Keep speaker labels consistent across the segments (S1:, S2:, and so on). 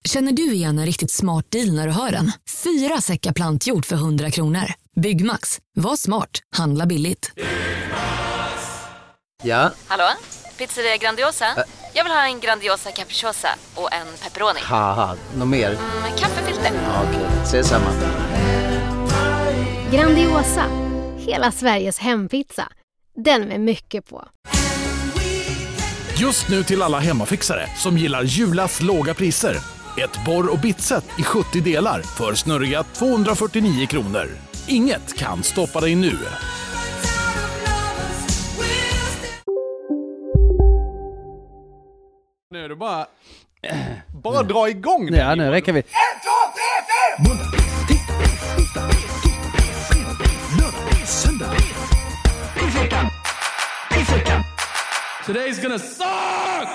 S1: Känner du igen en riktigt smart deal när du hör den? 4 säckar plantjord för 100 kronor. Byggmax. Var smart. Handla billigt.
S2: Ja?
S3: Hallå? Pizzeria Grandiosa? Jag vill ha en Grandiosa capriciosa och en pepperoni.
S2: Haha, något mer?
S3: Kaffefilter.
S2: Ja, okej, ses samma.
S4: Grandiosa, hela Sveriges hempizza. Den med mycket på.
S5: Just nu till alla hemmafixare som gillar Julas låga priser. Ett borr- och bitset i 70 delar för snurriga 249 kronor. Inget kan stoppa dig nu.
S6: Nu är det bara dra igång den.
S7: Ja, nu räcker vi. 1, 2, 3, 4! Måndag, tisdag, onsdag, torsdag, fredag, lördag, söndag. I veckan.
S6: Today's gonna suck!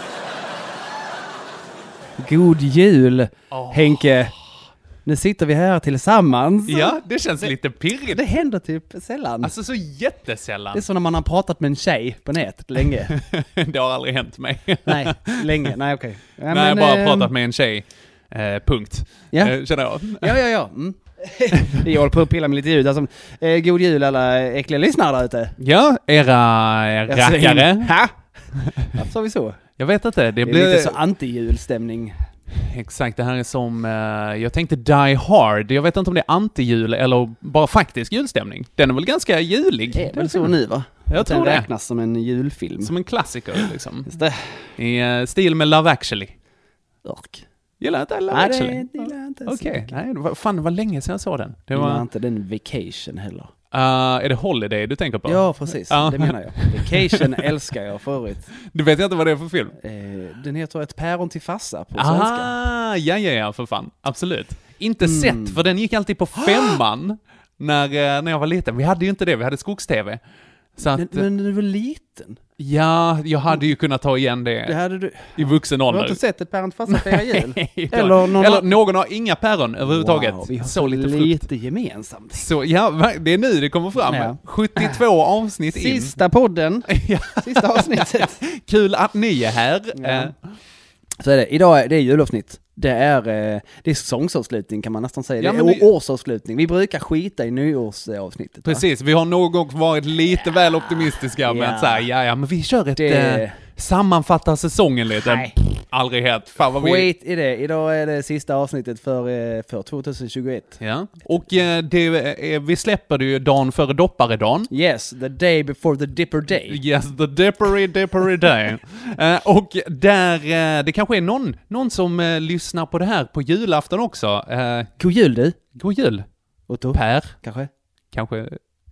S7: God jul, Henke. Nu sitter vi här tillsammans.
S6: Ja, det känns lite pirrigt.
S7: Det händer typ sällan.
S6: Alltså så jättesällan.
S7: Det är som när man har pratat med en tjej på nätet länge.
S6: Det har aldrig hänt mig.
S7: Nej, länge. Nej, okej. Ja,
S6: Nej, jag bara pratat med en tjej. Punkt.
S7: Ja.
S6: Känner jag.
S7: Ja. Mm. Jag håller på att pilla med lite ljud. Alltså, god jul alla äckliga lyssnare där ute.
S6: Ja, era rackare.
S7: Ha? Varför sa vi så?
S6: Jag vet inte.
S7: Det blir lite så anti-julstämning.
S6: Exakt, det här är som... jag tänkte Die Hard. Jag vet inte om det är anti-jul eller bara faktisk julstämning. Den är väl ganska julig.
S7: Det är väl så nu, va?
S6: Jag tror det.
S7: Den räknas som en julfilm.
S6: Som en klassiker, liksom.
S7: Just det.
S6: I stil med Love Actually.
S7: Ork.
S6: Gillar inte Love
S7: Nej,
S6: Actually?
S7: det gillar inte.
S6: Okej. Nej, det var länge sedan jag såg den. Det var
S7: inte den Vacation heller.
S6: Är det Holiday du tänker på?
S7: Ja, precis. Det menar jag. Vacation älskar jag förut.
S6: Du vet inte vad det är för film?
S7: Den heter Ett päron till farsa på svenska.
S6: Ja, för fan. Absolut. Inte sett, för den gick alltid på 5:an när jag var liten. Vi hade ju inte det, vi hade skogs-tv. Så att,
S7: men du var liten.
S6: Ja, jag hade ju kunnat ta igen det
S7: hade du
S6: i vuxen ålder.
S7: Du har inte sett Ett päron till farsa fira jul?
S6: Eller någon har inga päron överhuvudtaget.
S7: Wow, vi har
S6: så
S7: lite gemensamt.
S6: Så ja, det är nu det kommer fram. Ja. 72 avsnitt in.
S7: Sista podden. Sista avsnittet.
S6: Kul att ni är här.
S7: Ja. Så är det. Idag är det julavsnitt. Det är säsongsavslutning kan man nästan säga. Det är årsavslutning. Vi brukar skita i nyårsavsnittet.
S6: Precis, vi har någon gång varit lite väl optimistiska med att säga, men vi kör ett sammanfattar säsongen lite.
S7: Nej.
S6: Aldrig helt. Fan vad
S7: skit i det. Idag är det sista avsnittet för 2021.
S6: Ja. Och vi släpper det ju dagen före dopparedagen.
S7: Yes, the day before the dipper day.
S6: Yes, the dippery day. Och där, det kanske är någon som lyssnar på det här på julafton också.
S7: God jul du.
S6: God jul.
S7: Otto.
S6: Per.
S7: Kanske.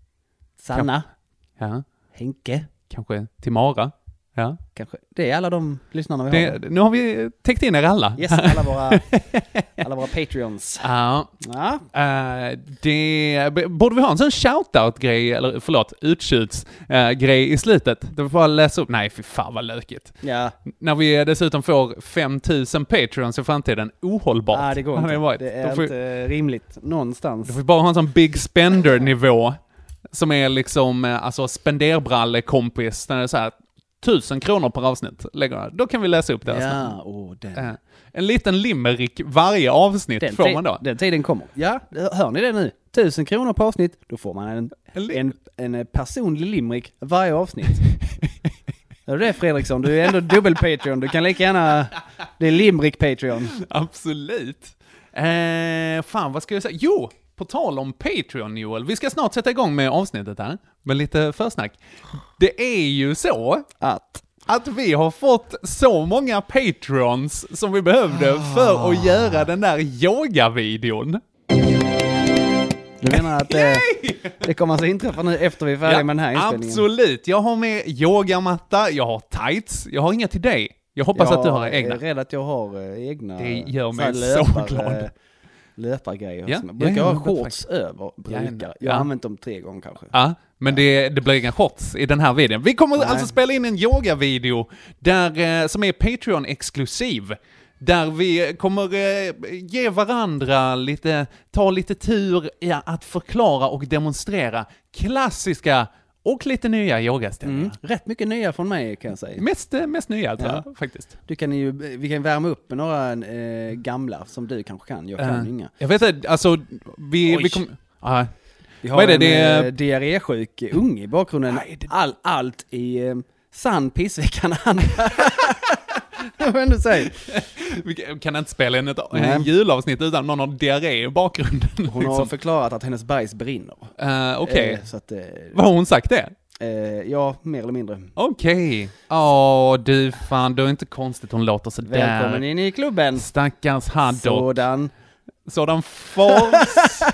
S7: Sanna.
S6: Ja.
S7: Henke.
S6: Kanske Timara. Ja.
S7: Kanske. Det är alla de lyssnarna vi har.
S6: Nu har vi täckt in er alla.
S7: Yes, alla våra Patreons.
S6: Ja. Borde vi ha en sån shoutout-grej, eller utskjuts-grej i slutet? Det får bara läsa upp. Nej, fy fan vad lökigt.
S7: Ja.
S6: När vi dessutom får 5000 Patreons i framtiden, ohållbart.
S7: Nej, det går inte. Det är inte rimligt någonstans.
S6: Du får bara ha en sån big spender-nivå som är liksom, alltså spenderbralle-kompis, när det är så här 1000 kronor per avsnitt lägger. Då kan vi läsa upp det.
S7: Ja,
S6: en liten limerick varje avsnitt får man då.
S7: Den tiden kommer. Ja, hör ni det nu? 1000 kronor per avsnitt, då får man en personlig limerick varje avsnitt. Hör du det, Fredriksson? Du är ändå dubbel Patreon. Du kan lika gärna... Det är limerick Patreon.
S6: Absolut. Fan, vad ska jag säga? Jo! På tal om Patreon, Joel. Vi ska snart sätta igång med avsnittet här. Med lite försnack. Det är ju så att vi har fått så många Patreons som vi behövde för att göra den där yoga-videon.
S7: Du menar att det kommer alltså inträffa nu efter vi är färdiga med den här inspelningen?
S6: Absolut. Jag har med yogamatta, jag har tights. Jag har inga till dig. Jag hoppas att du har egna.
S7: Jag är rädd att jag har egna.
S6: Det gör mig så glad.
S7: Löpargrejer.
S6: Ja,
S7: Jag brukar ha shorts över. Jag har använt dem 3 gånger kanske.
S6: Ja, men det blir inga shorts i den här videon. Vi kommer alltså spela in en yoga-video som är Patreon-exklusiv. Där vi kommer ge varandra ta lite tur att förklara och demonstrera klassiska Och lite nya yogaställningar.
S7: Rätt mycket nya från mig kan jag säga.
S6: Mest nya tror jag, faktiskt.
S7: Vi kan värma upp med några gamla som du kanske kan. Jag kan inga.
S6: Jag vet inte, alltså vi kommer...
S7: Vi har en diarrésjuk unge i bakgrunden. Allt i sann pissveckan. Vad vill du säga?
S6: Vi kan inte spela in en julavsnitt utan någon har diarré i bakgrunden.
S7: Hon har förklarat att hennes bajs brinner.
S6: Okej.
S7: Vad
S6: har hon sagt det?
S7: Ja, mer eller mindre.
S6: Okej. Du fan, det är inte konstigt hon låter så där.
S7: Välkommen in i klubben.
S6: Stackars Haddock.
S7: Sådan
S6: fars.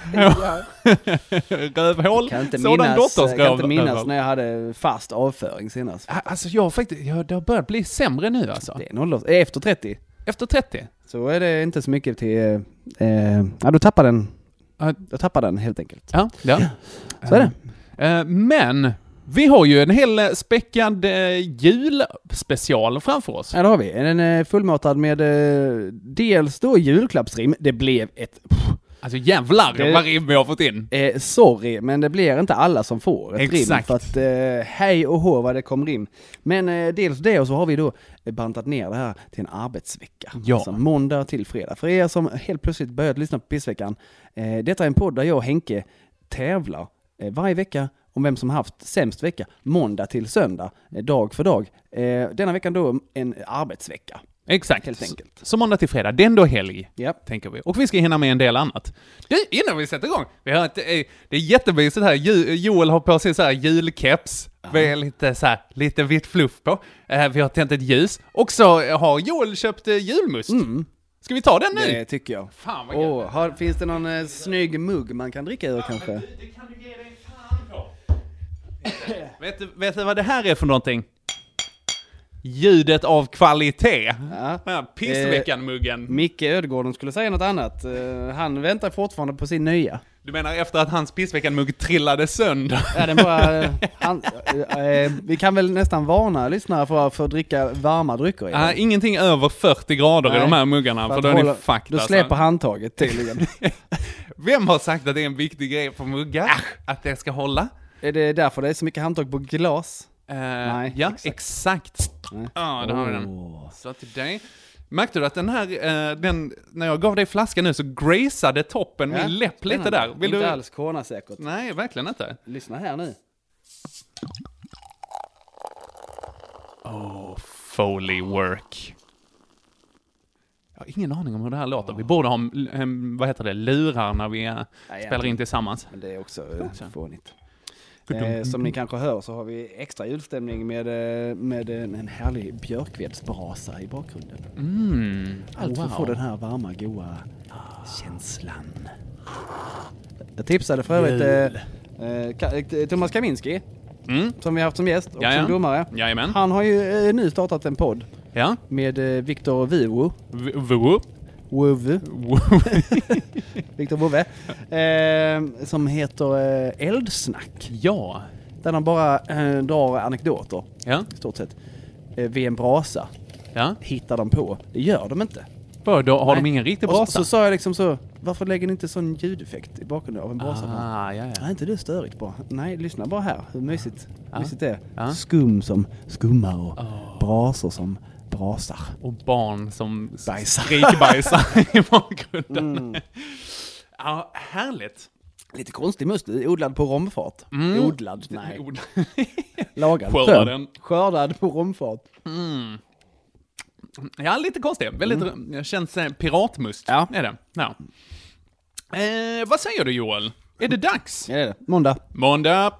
S6: Rövhål.
S7: Kan inte minnas när jag hade fast avföring senast.
S6: Alltså det har börjat bli sämre nu alltså.
S7: Det är noll, efter 30.
S6: Efter 30?
S7: Så är det inte så mycket till... du tappar den. Jag tappar den helt enkelt.
S6: Ja.
S7: Så är det.
S6: Men... Vi har ju en hel späckad julspecial framför oss.
S7: Ja, det har vi. Den är fullmatad med dels då julklappsrim. Det blev ett...
S6: Alltså jävlar vad rim vi har fått in.
S7: Sorry, men det blir inte alla som får ett rim. För att hej och hå vad det kommer rim. Men dels det och så har vi då bantat ner det här till en arbetsvecka.
S6: Ja.
S7: Alltså måndag till fredag. För er som helt plötsligt börjat lyssna på Pissveckan. Detta är en podd där jag och Henke tävlar varje vecka om vem som haft sämst vecka, måndag till söndag, dag för dag. Denna veckan då en arbetsvecka.
S6: Exakt.
S7: Helt enkelt.
S6: Så måndag till fredag, det är ändå helg,
S7: tänker
S6: vi. Och vi ska hinna med en del annat. Innan vi sätter igång, det är jättemysigt här. Joel har på sig så här julkeps. Vi är lite vitt fluff på. Vi har tänt ett ljus. Och så har Joel köpt julmust. Ska vi ta den nu?
S7: Det tycker jag.
S6: Fan vad gött.
S7: Finns det någon snygg mugg man kan dricka ur kanske?
S6: Det kan du ge dig fan på. Vet du vad det här är för någonting? Ljudet av kvalitet. Ja. Pissveckan-muggen.
S7: Micke Ödegården skulle säga något annat. Han väntar fortfarande på sin nya.
S6: Du menar efter att hans pissveckan-mugg trillade sönder?
S7: Ja, den bara... vi kan väl nästan varna lyssnare för att dricka varma drycker.
S6: Ingenting över 40 grader i de här muggarna. För då är ni fucked.
S7: Då släpper handtaget tydligen.
S6: Vem har sagt att det är en viktig grej på muggar? Att det ska hålla?
S7: Är det därför det är så mycket handtag på glas?
S6: Nej, ja, exakt. Ja, då har vi den. Så till dig. Märkte du att den här, när jag gav dig flaskan nu så graceade toppen min läpp lite där.
S7: Vill inte alls corona säkert.
S6: Nej, verkligen inte.
S7: Lyssna här nu.
S6: Foley work. Jag har ingen aning om hur det här låter. Vi borde ha lurar när vi spelar in tillsammans.
S7: Men det är också fånigt. Som ni kanske hör så har vi extra julstämning med en härlig björkvedsbrasa i bakgrunden. Allt för att få den här varma, goa känslan. Jag tipsade för övrigt Thomas Kaminski, som vi har haft som gäst och som domare.
S6: Jajamän.
S7: Han har ju nu startat en podd med Viktor Vivo. Viktor Wove. Som heter Eldsnack.
S6: Ja.
S7: Där de bara drar anekdoter.
S6: Ja.
S7: I stort sett. Vid en brasa.
S6: Ja.
S7: Hittar de på. Det gör de inte.
S6: Då har de ingen riktig brasa.
S7: Så sa jag liksom så. Varför lägger ni inte sån ljudeffekt i bakgrunden av en brasa?
S6: Ja.
S7: Inte det störigt bra. Nej, lyssna bara här. Hur mysigt det är. Ja. Skum som skummar och brasor som brasar.
S6: Och barn som skrikbajsar i bakgrunden. Ja, härligt.
S7: Lite konstig must, odlad på romfart. Odlad, nej. Lagad. Skördad på romfart.
S6: Ja, lite konstigt. Väldigt känns piratmust.
S7: Ja.
S6: Är det? Ja. Vad säger du, Joel? Är det dags?
S7: Ja, det är det. Måndag.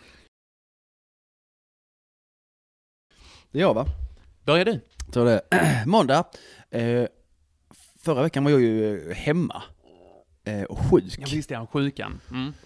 S7: Det är jag, va?
S6: Börjar du?
S7: Så det måndag. Förra veckan var jag ju hemma och sjuk.
S6: Jag visste jag sjukan.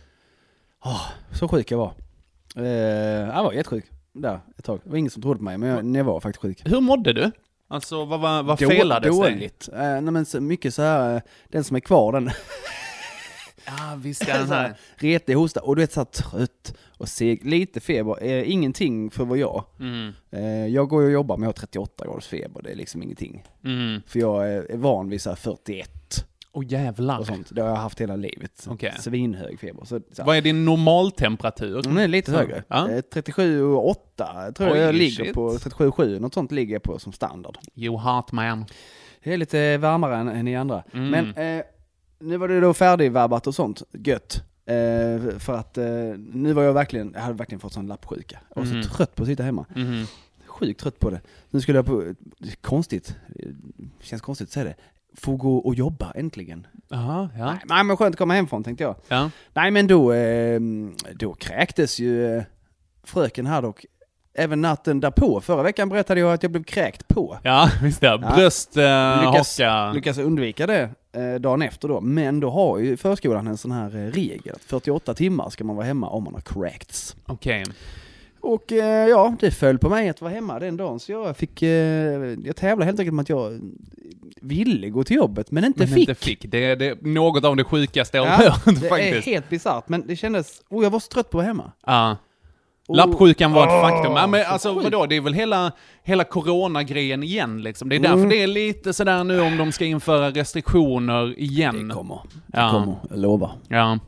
S7: Så sjuk jag var. Jag var jättesjuk där ett tag. Det var ingen som trodde på mig, men jag var faktiskt sjuk.
S6: Hur mådde du? Alltså, vad felades dig?
S7: Dåligt. Nej, men så mycket så här, den som är kvar, den...
S6: Ja, visst är den här.
S7: Retig hosta, och du vet så här trött och seg, lite feber, ingenting för vad jag. Jag går och jobbar med 38 graders feber, det är liksom ingenting. För jag är van vid så här 41.
S6: Jävlar.
S7: och sånt. Det har jag haft hela livet.
S6: Okej.
S7: Svinhög feber. Så.
S6: Vad är din normaltemperatur?
S7: Den är lite högre.
S6: Ja.
S7: 37,8 tror jag
S6: Oj,
S7: ligger
S6: shit.
S7: på. 37,7 något sånt ligger jag på som standard.
S6: You hot man.
S7: Det är lite varmare än i andra. Men nu var det då färdigvärbat och sånt. Gött. För att nu var jag hade verkligen fått sån lappsjuka. Jag var så trött på att sitta hemma. Sjukt trött på det. Nu skulle jag känns konstigt att säga det. Få gå och jobba äntligen.
S6: Aha, ja.
S7: Nej, men skönt att komma hem från, tänkte jag.
S6: Ja.
S7: Nej, men då kräktes ju fröken här och även natten därpå. Förra veckan berättade jag att jag blev kräkt på.
S6: Ja, visst det. Bröst, haka.
S7: Lyckas undvika det dagen efter då. Men då har ju förskolan en sån här regel att 48 timmar ska man vara hemma om man har crackts.
S6: Okej.
S7: Och det föll på mig att vara hemma den dagen. Så jag tävlade helt enkelt med att jag ville gå till jobbet men inte fick.
S6: Det är något av det sjukaste jag har hört
S7: det
S6: faktiskt.
S7: är helt bizarrt, men det kändes... jag var så trött på att vara hemma.
S6: Ja. Lappsjukan var ett faktum. Ja, men alltså vadå, det är väl hela coronagrejen igen liksom. Det är därför det är lite sådär nu om de ska införa restriktioner igen.
S7: Det kommer, jag lovar.
S6: Ja.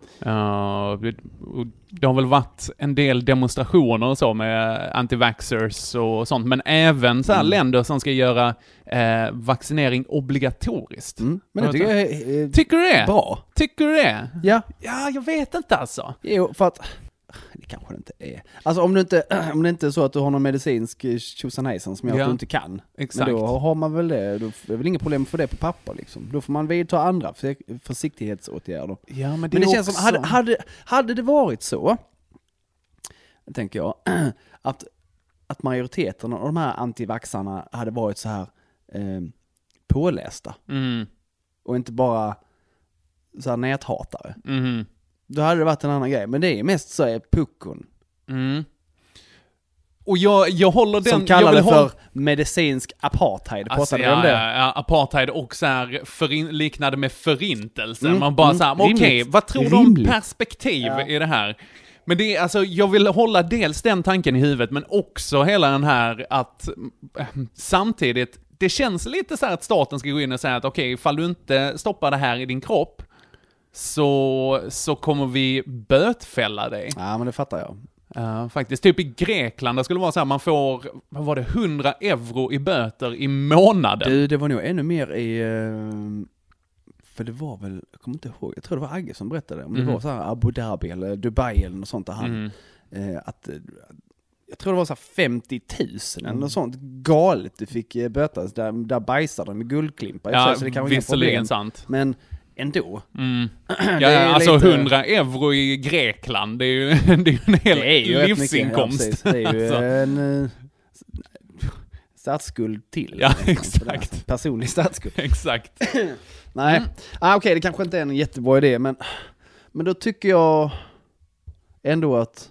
S6: Det har väl varit en del demonstrationer och så med anti-vaxxers och sånt, men även så här länder som ska göra vaccinering obligatoriskt.
S7: Men det tycker jag är
S6: tycker du det?
S7: Bra.
S6: Tycker du det?
S7: Ja.
S6: Ja, jag vet inte alltså.
S7: Jo, för att det kanske det inte är. Alltså om det inte är så att du har någon medicinsk tjosanhejsan som gör att du inte kan.
S6: Exakt.
S7: Men då har man väl det. Då är det väl inga problem för det på papper liksom. Då får man vidta andra försiktighetsåtgärder.
S6: Ja, men
S7: det känns som, hade det varit så, tänker jag, att majoriteten av de här antivaxarna hade varit så här pålästa. Och inte bara så här näthatare. Då hade det varit en annan grej. Men det är mest så är puckon.
S6: Och jag håller den...
S7: Som kallar det för medicinsk apartheid.
S6: Alltså,
S7: Pratade om det?
S6: Ja, apartheid och så här liknade med förintelsen. Man bara så här, okej, vad tror du om perspektiv i det här? Men det är, alltså, jag vill hålla dels den tanken i huvudet, men också hela den här att samtidigt, det känns lite så här att staten ska gå in och säga att okej, ifall du inte stoppar det här i din kropp så kommer vi bötfälla dig.
S7: Ja, men det fattar jag.
S6: Faktiskt, typ i Grekland, det skulle vara så här, man får, vad var det, 100 euro i böter i månaden.
S7: Det var nog ännu mer i... För det var väl, jag kommer inte ihåg, jag tror det var Agge som berättade om det var så här Abu Dhabi eller Dubai eller något sånt där han... Jag tror det var så här 50 000 eller något sånt galet du fick bötas. Där bajsade de med guldklimpar.
S6: Ja,
S7: så det kan
S6: visserligen sant.
S7: Men ändå.
S6: Alltså lite... 100 euro i Grekland, det är ju en hel livsinkomst.
S7: Det är ju en statsskuld till.
S6: Ja, exakt.
S7: Personlig statsskuld.
S6: Exakt.
S7: Nej, okej, det kanske inte är en jättebra idé, men då tycker jag ändå att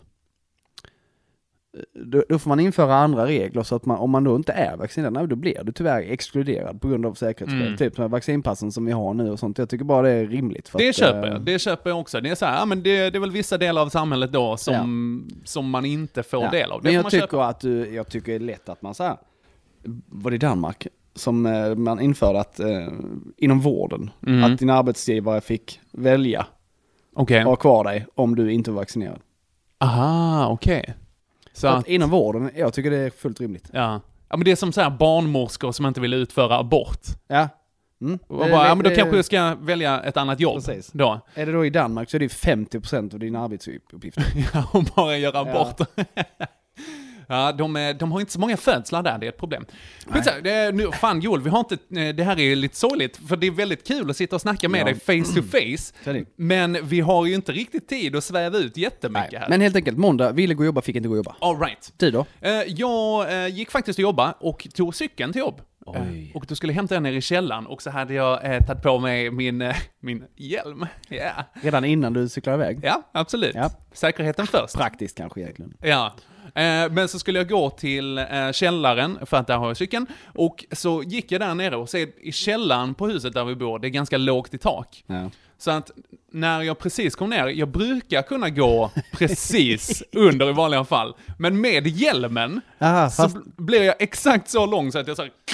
S7: då får man införa andra regler så att om man då inte är vaccinerad, då blir du tyvärr exkluderad på grund av säkerhetsskäl. Typ med vaccinpassen som vi har nu och sånt. Jag tycker bara det är rimligt. För
S6: det köper jag också. Det är så här, men det är väl vissa delar av samhället då som man inte får del av. Det
S7: men jag tycker det är lätt att man så här, var det i Danmark som man införde att inom vården att din arbetsgivare fick välja att ha kvar dig om du inte var vaccinerad.
S6: Aha, okej.
S7: Så att inom vården, jag tycker det är fullt rimligt.
S6: Ja, men det är som så här barnmorskor som inte vill utföra abort.
S7: Ja.
S6: Men då kanske jag ska välja ett annat jobb.
S7: Precis.
S6: Då.
S7: Är det då i Danmark så är det 50% av dina arbetsuppgifter.
S6: Ja, och bara göra abort. Ja, de har inte så många födslar där, det är ett problem. Fan Joel, vi har inte, det här är lite sorgligt, för det är väldigt kul att sitta och snacka med dig face to face. Men vi har ju inte riktigt tid att sväva ut jättemycket här.
S7: Men helt enkelt, måndag, ville gå och jobba, fick inte gå och jobba.
S6: All right.
S7: Tid då?
S6: Jag gick faktiskt att jobba och tog cykeln till jobb. Och då skulle jag hämta den ner i källaren och så hade jag tagit på mig min hjälm. Yeah.
S7: Redan innan du cyklar iväg?
S6: Ja, absolut. Ja. Säkerheten först.
S7: Praktiskt kanske egentligen.
S6: Ja. Men så skulle jag gå till källaren för att där har jag cykeln. Och så gick jag där nere och ser i källaren på huset där vi bor, det är ganska lågt i tak. Ja. Så att när jag precis kom ner, jag brukar kunna gå precis under i vanliga fall. Men med hjälmen så blir jag exakt så lång så att jag så här,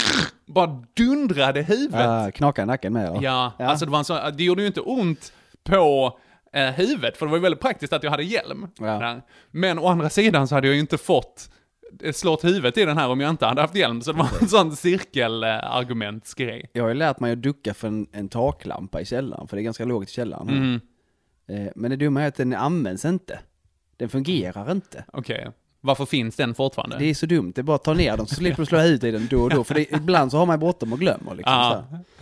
S6: bara dundrade huvudet.
S7: Knaka i nacken med.
S6: Ja, alltså det gjorde ju inte ont på huvudet, för det var ju väldigt praktiskt att jag hade hjälm. Ja. Men å andra sidan så hade jag ju inte fått slått huvudet i den här om jag inte hade haft hjälm, så det var en sån cirkelargumentsgrej.
S7: Jag har ju lärt mig att ducka för en taklampa i källaren, för det är ganska lågt i källaren. Men det dumma är att den används inte. Den fungerar inte.
S6: Okej. Varför finns den fortfarande?
S7: Det är så dumt, det är bara att ta ner den så slipper du slå ut i den då och då. För ibland så har man bråttom och glömmer liksom.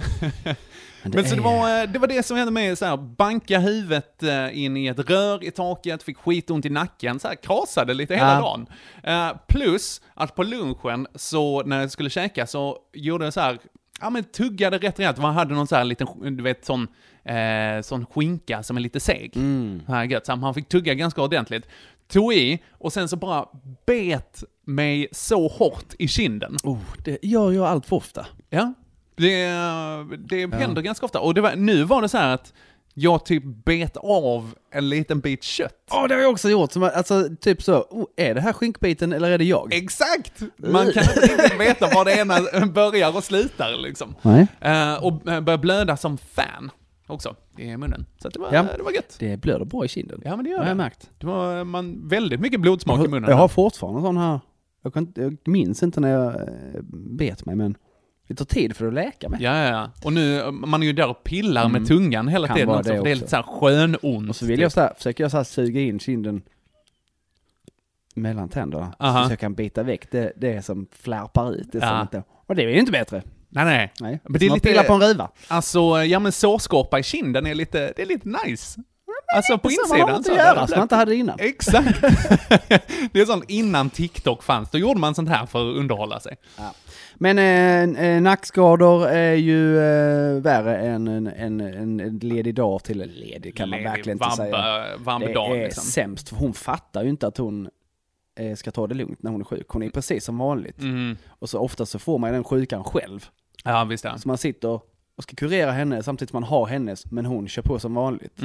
S6: Men så det var det som hände med så här, banka huvudet in i ett rör i taket, fick skitont i nacken, så här krasade lite hela dagen. Plus att på lunchen så när jag skulle käka så gjorde jag så här, tuggade rätt. Man hade någon så här liten, du vet, sån skinka som är lite seg. Så han fick tugga ganska ordentligt. Tog i och sen så bara bet mig så hårt i kinden.
S7: Det gör jag allt för ofta.
S6: Ja. Det händer ganska ofta. Och nu var det så här att jag typ bet av en liten bit kött.
S7: Det har jag också gjort. Alltså typ så, är det här skinkbiten eller är det jag?
S6: Exakt! Man kan inte riktigt veta var det ena börjar och slutar liksom.
S7: Nej.
S6: Och börjar blöda som fan också i munnen. Så det var gött.
S7: Det blöder bra i kinden.
S6: Ja, men det gör
S7: det.
S6: Jag
S7: märkt.
S6: Det var väldigt mycket blodsmak i munnen.
S7: Jag har fortfarande sån här, jag minns inte när jag bet mig, men det tar tid för att läka mig.
S6: Ja. Och nu, man är ju där och pillar med tungan hela tiden också, för det är lite så här skönont. Och
S7: så vill jag försöker jag suga in kinden mellan tänderna. Så jag kan bita väck det som flärpar ut. Och det är ju inte bättre.
S6: Nej.
S7: Men det är lite pillar på en ruva.
S6: Alltså, men sårskorpa i kinden är lite nice. Alltså på insidan
S7: så man inte hade det innan.
S6: Exakt. Det är sånt innan TikTok fanns. Då gjorde man sånt här för att underhålla sig.
S7: Ja. Men nackskador är ju värre än en ledig dag till en ledig, kan man verkligen inte säga.
S6: Det dag,
S7: är
S6: liksom.
S7: Sämst, för hon fattar ju inte att hon ska ta det lugnt när hon är sjuk. Hon är precis som vanligt. Och så ofta så får man den sjukan själv.
S6: Ja, visst är.
S7: Så man sitter och ska kurera henne samtidigt som man har hennes, men hon kör på som vanligt.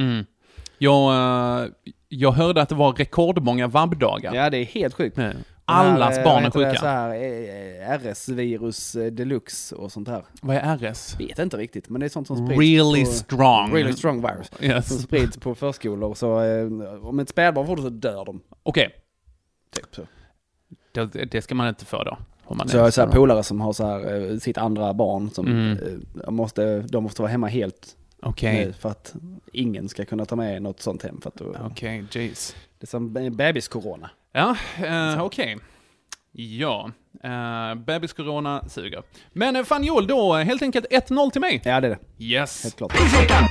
S6: Jag hörde att det var rekordmånga vabbdagar.
S7: Ja, det är helt sjukt.
S6: Allas barn är sjuka.
S7: Så här, RS-virus deluxe och sånt här.
S6: Vad är RS?
S7: Vet inte riktigt, men det är sånt som sprids
S6: really strong
S7: virus.
S6: Yes.
S7: Som sprids på förskolor. Så om ett spädbarn får det så dör de.
S6: Okej.
S7: Typ så.
S6: Det ska man inte få då.
S7: Så jag har så här polare som har så här, sitt andra barn som de måste vara hemma helt.
S6: Okej.
S7: För att ingen ska kunna ta med något sånt hem.
S6: Okej, jeez.
S7: Det är som bebiscorona.
S6: Ja, okej. Ja, bebiscorona suger. Men fan Joel, då helt enkelt 1-0 till mig.
S7: Ja, det är det.
S6: Yes.
S7: Helt klart.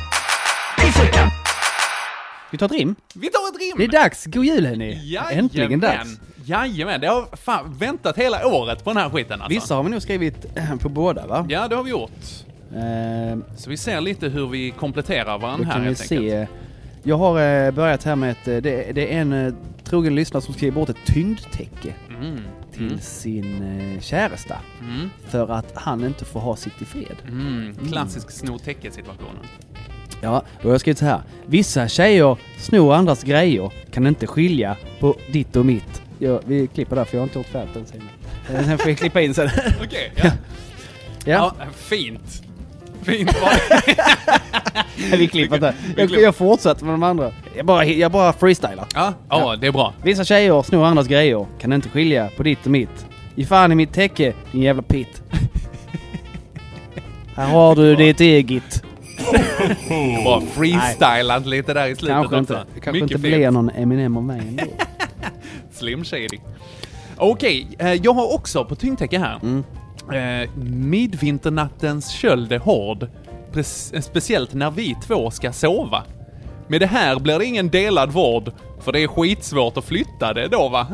S7: Vi tar ett rim.
S6: Det
S7: är dags. God jul, hörni. Äntligen dags.
S6: Jajamän, det har fan väntat hela året på den här skiten alltså.
S7: Vissa har vi nog skrivit på båda, va?
S6: Ja, det har vi gjort. Så vi ser lite hur vi kompletterar varandra här helt enkelt.
S7: Jag har börjat här med det är en trogen lyssnare som skriver bort ett tyngdtäcke till sin käresta för att han inte får ha sitt i fred.
S6: Klassisk sno-täcke-situationen.
S7: Ja, då har jag skrivit så här. Vissa tjejer snor andras grejer, kan inte skilja på ditt och mitt. Vi klipper där, för jag har inte gjort färdigt den scenen. Sen får vi klippa in sen.
S6: Okej, ja. Fint var det.
S7: Vi klipper där. Jag fortsätter med de andra. Jag bara freestylar.
S6: Ja, det är bra.
S7: Vissa tjejer snor andras grejer, kan inte skilja på ditt och mitt. Ge fan i mitt täcke, din jävla pitt. Här har du ditt eget.
S6: Bara freestylat lite där i slutet.
S7: Kanske inte blir någon Eminem av mig ändå.
S6: Slim shady. Okej, jag har också på tyngdtäcke här. Midvinternattens köld är hård. Speciellt när vi två ska sova. Med det här blir det ingen delad vård. För det är skitsvårt att flytta det då, va?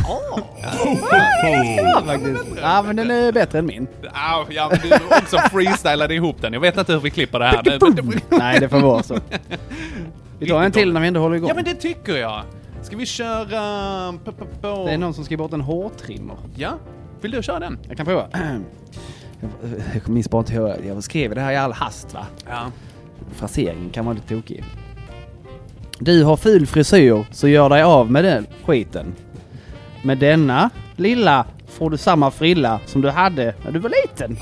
S7: Ja, men den är bättre än min.
S6: Ja, men du också freestylade ihop den. Jag vet inte hur vi klipper det här.
S7: Nej, det får vara så. Vi tar en till när vi ändå håller igång.
S6: Ja, men det tycker jag. Ska vi köra...
S7: Det är någon som skriver bort en hårtrimmer.
S6: Ja, vill du köra den?
S7: Jag kan prova. Jag minns bara inte hur jag skrev det här i all hast, va?
S6: Ja.
S7: Fraseringen kan vara lite tokig. Du har ful frisyr, så gör dig av med den skiten. Med denna lilla får du samma frilla som du hade när du var liten.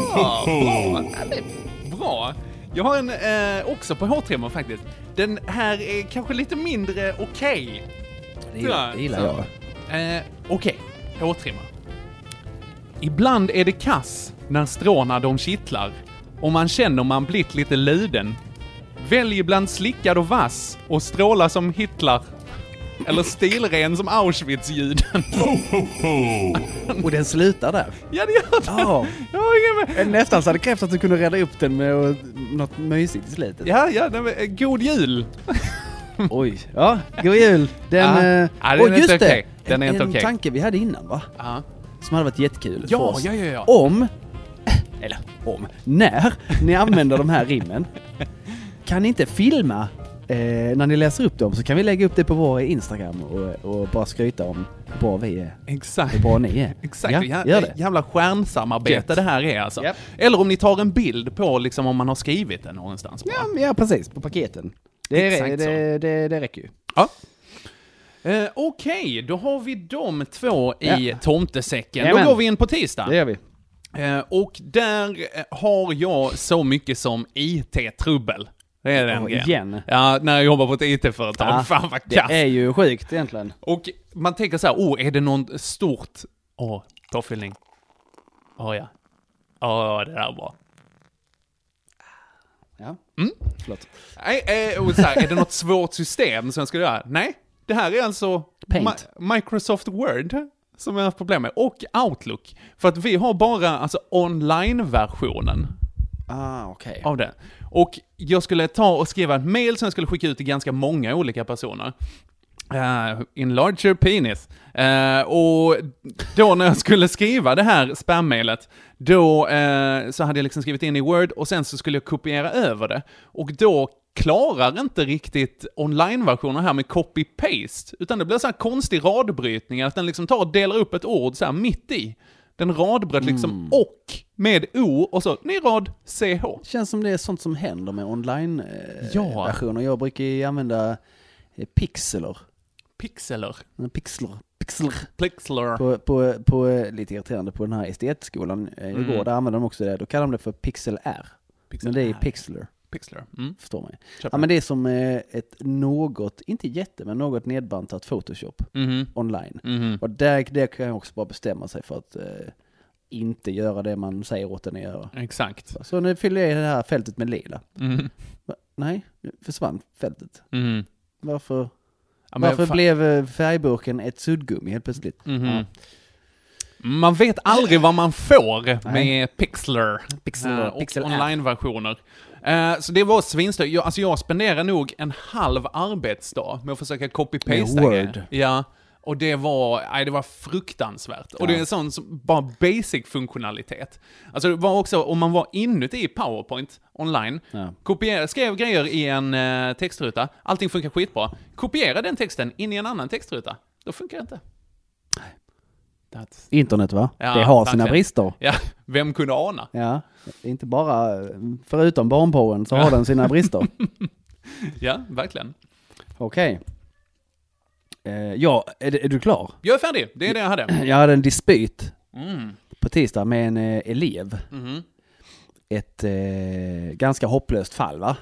S6: Bra. Jag har en också på hårtrimmer faktiskt. Den här är kanske lite mindre okej.
S7: Det gillar jag.
S6: Okej, hårtrimmer. Ibland är det kass när stråna de kittlar och man känner man blivit lite luden. Välj ibland slickad och vass och stråla som Hitler. Eller stilren som Auschwitz-ljuden.
S7: Och den slutar där.
S6: Ja, det gör den.
S7: Ja.
S6: Jag har ingen med.
S7: Nästan så hade krävt att du kunde rädda upp den med något mysigt i slutet.
S6: Ja, god jul.
S7: Oj, ja, god jul. Den,
S6: den är
S7: just
S6: inte
S7: det.
S6: okej. Den är inte okej.
S7: En tanke vi hade innan, va?
S6: Ja.
S7: Som hade varit jättekul
S6: Ja,
S7: för oss.
S6: ja.
S7: När ni använder de här rimmen, kan ni inte filma när ni läser upp dem, så kan vi lägga upp det på vår Instagram och bara skryta om hur bra vi är.
S6: Exakt.
S7: Hur bra ni är.
S6: Exakt.
S7: Ja, gör det.
S6: Jävla stjärnsamarbete
S7: Gött.
S6: det här är alltså.
S7: Yep.
S6: Eller om ni tar en bild på liksom om man har skrivit den någonstans.
S7: Ja, precis. På paketen. Det räcker ju.
S6: Ja. Okej, då har vi de två i tomtesäcken.
S7: Jajamän.
S6: Då går vi in på tisdag.
S7: Det gör vi.
S6: Och där har jag så mycket som IT-trubbel. Det är den grejen.
S7: Igen.
S6: Ja, när jag jobbar på ett IT-företag.
S7: Ja,
S6: Fan vad
S7: det
S6: kass.
S7: är ju sjukt egentligen.
S6: Och man tänker så här, är det något stort... påfyllning. Ja. Det där är bra.
S7: Ja. Förlåt.
S6: Nej, och så här, är det något svårt system som jag ska göra? Nej, det här är alltså
S7: Paint.
S6: Microsoft Word som jag har haft problem med. Och Outlook. För att vi har bara alltså online-versionen
S7: Okej.
S6: av det. Och jag skulle ta och skriva ett mail som jag skulle skicka ut till ganska många olika personer. Enlarger penis. Och då när jag skulle skriva det här spam-mailet, då så hade jag liksom skrivit in i Word och sen så skulle jag kopiera över det. Och då klarar inte riktigt online-versionen här med copy-paste, utan det blir så här konstig radbrytning, att den liksom tar och delar upp ett ord så här mitt i. Den radbröt liksom och med O och så ny rad CH.
S7: Känns som det är sånt som händer med online-versioner. Jag brukar ju använda pixlar.
S6: Pixlar.
S7: På lite irriterande på den här estetskolan igår, där använder de också det. Då kallar de det för pixel R. Men det är pixlar. Förstår man. Ja, men det är som ett något, inte jätte, men något nedbantat Photoshop online. Och där kan jag också bara bestämma sig för att inte göra det man säger åt den att göra.
S6: Exakt.
S7: Så nu fyller jag det här fältet med lila. Nej, nu försvann fältet. Varför blev färgburken ett suddgummi helt plötsligt? Ja.
S6: Man vet aldrig vad man får med Pixlar och online-versioner. Så det var svinstört. Jag spenderar nog en halv arbetsdag med att försöka copy-pasta
S7: Word.
S6: Ja, och det var fruktansvärt. Och det är en sån bara basic-funktionalitet. Alltså det var också, om man var inuti PowerPoint online, skrev grejer i en textruta, allting funkar skitbra. Kopiera den texten in i en annan textruta. Då funkar det inte.
S7: Internet, va?
S6: Ja,
S7: det har
S6: verkligen
S7: sina brister.
S6: Ja, vem kunde ana?
S7: Ja, inte bara förutom barnporren så har den sina brister.
S6: Ja, verkligen.
S7: Okej. Är du klar?
S6: Jag är färdig, det är det jag hade.
S7: Jag hade en dispyt på tisdag med en elev. Ett ganska hopplöst fall, va?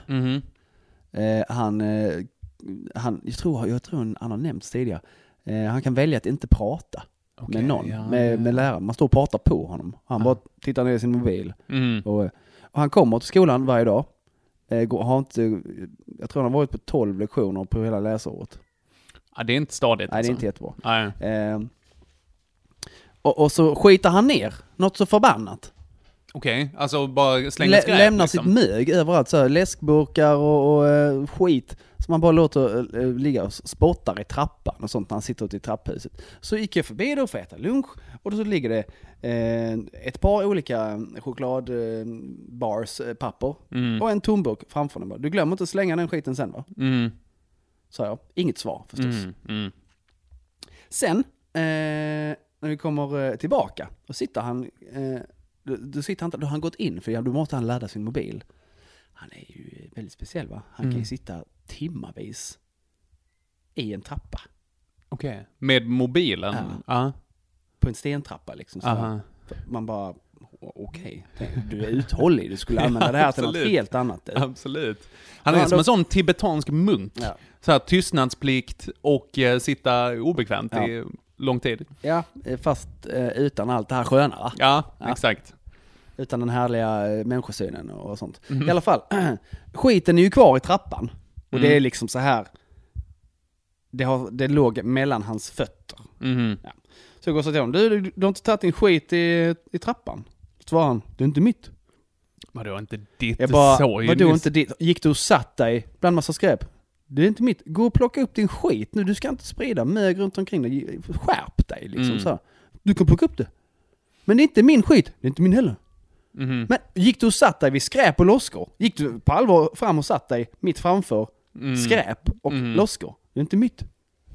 S7: Jag tror han har nämnt tidigare. Han kan välja att inte prata med någon, med läraren. Man står och pratar på honom. Han bara tittar ner i sin mobil. Och han kommer till skolan varje dag. Jag tror han har varit på 12 lektioner på hela läsåret.
S6: Ja, det är inte stadigt.
S7: Nej, det är inte jättebra.
S6: Nej.
S7: Och så skitar han ner något så förbannat.
S6: Okej, alltså bara slänger skräp.
S7: Lämnar
S6: liksom
S7: sitt mög överallt, så här, läskburkar och skit som man bara låter ligga och spottar i trappan och sånt när han sitter ute i trapphuset. Så gick jag förbi då för att äta lunch och då så ligger det ett par olika chokladbars papper och en tomburk framför den. Du glömmer inte att slänga den skiten sen, va? Sa jag. Inget svar förstås. Sen när vi kommer tillbaka och sitter han då har han gått in, för då måste han ladda sin mobil. Han är ju väldigt speciell, va? Han kan ju sitta timmavis i en trappa.
S6: Okej. Med mobilen? Ja.
S7: på en stentrappa liksom. Så man bara, okej, du är uthållig. Du skulle använda det här till något helt annat.
S6: Absolut. Han är som en sån tibetansk munk. Ja. Så här tystnadsplikt och sitta obekvämt i lång tid.
S7: Ja, fast utan allt det här sköna, va?
S6: Ja, exakt.
S7: Utan den härliga människosynen och sånt. I alla fall, skiten är ju kvar i trappan. Och det är liksom så här. Det låg mellan hans fötter. Ja. Så jag går så till honom, du har inte tagit din skit i trappan? Så svarar han, det är inte mitt.
S6: Men det var inte ditt.
S7: Jag bara, vadå inte ditt? Gick du och satt dig bland massa skräp? Det är inte mitt. Gå och plocka upp din skit nu. Du ska inte sprida mög runt omkring dig. Skärp dig liksom så. Du kan plocka upp det. Men det är inte min skit. Det är inte min heller. Men gick du och satt dig vid skräp och loskor? Gick du på allvar fram och satt dig mitt framför skräp och loskor? Det är inte mitt.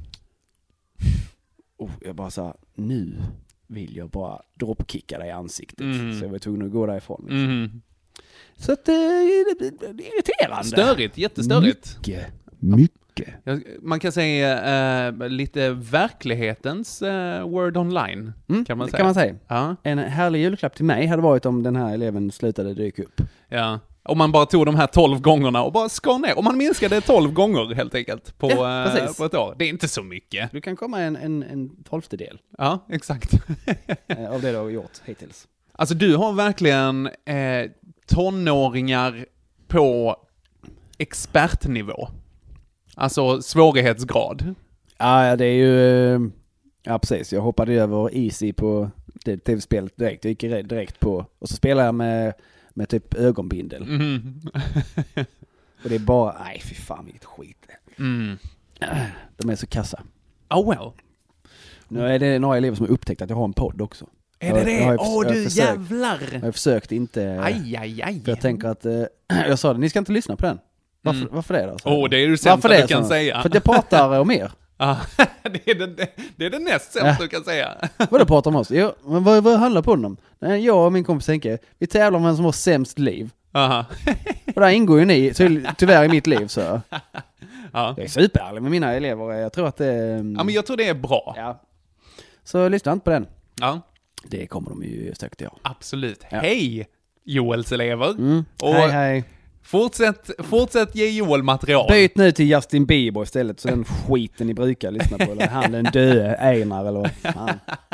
S7: Jag bara sa, nu vill jag bara dropkicka dig i ansiktet. Så jag var tvungen att gå därifrån. Liksom. Så att det är irriterande.
S6: Störigt, jättestörigt.
S7: Mycket.
S6: Man kan säga lite verklighetens word online. Kan man säga.
S7: Kan man säga.
S6: Ja.
S7: En härlig julklapp till mig hade varit om den här eleven slutade dyka upp.
S6: Ja. Om man bara tog de här 12 gångerna och bara skar ner. Om man minskade 12 gånger helt enkelt på ett år. Det är inte så mycket.
S7: Du kan komma en 12:e del.
S6: Ja, exakt.
S7: Av det du har gjort hittills.
S6: Alltså du har verkligen tonåringar på expertnivå. Alltså svårighetsgrad.
S7: Ja, det är ju... Ja, precis. Jag hoppade över easy på det tv-spelet direkt. Jag gick direkt på... Och så spelar jag med typ ögonbindel. Och det är bara... Nej, fy fan, vilket skit. De är så kassa.
S6: Oh well.
S7: Nu är det några elever som har upptäckt att jag har en podd också.
S6: Är det det? Du jävlar!
S7: Jag har försökt inte...
S6: Aj.
S7: För jag tänker att... jag sa det, ni ska inte lyssna på den. Varför det då?
S6: Det är det sämsta du kan säga.
S7: För att jag pratar om er.
S6: Det är det näst sämsta du kan säga.
S7: Vad du pratar om oss? Jo, men vad handlar på dem? Jag och min kompis Henke, vi tävlar om vem som har sämst liv. Och där ingår ju ni, tyvärr i mitt liv. Så. Jag är superärlig med mina elever. Jag tror att det...
S6: Ja, men jag tror det är bra.
S7: Ja. Så lyssna inte på den.
S6: Ja.
S7: Det kommer de ju säkert göra.
S6: Absolut. Ja. Hej, Joels elever. Och
S7: hej.
S6: Fortsätt ge Joel material.
S7: Byt nu till Justin Bieber istället, så den skiten ni brukar lyssna på. Eller han den döde Einar eller vad fan.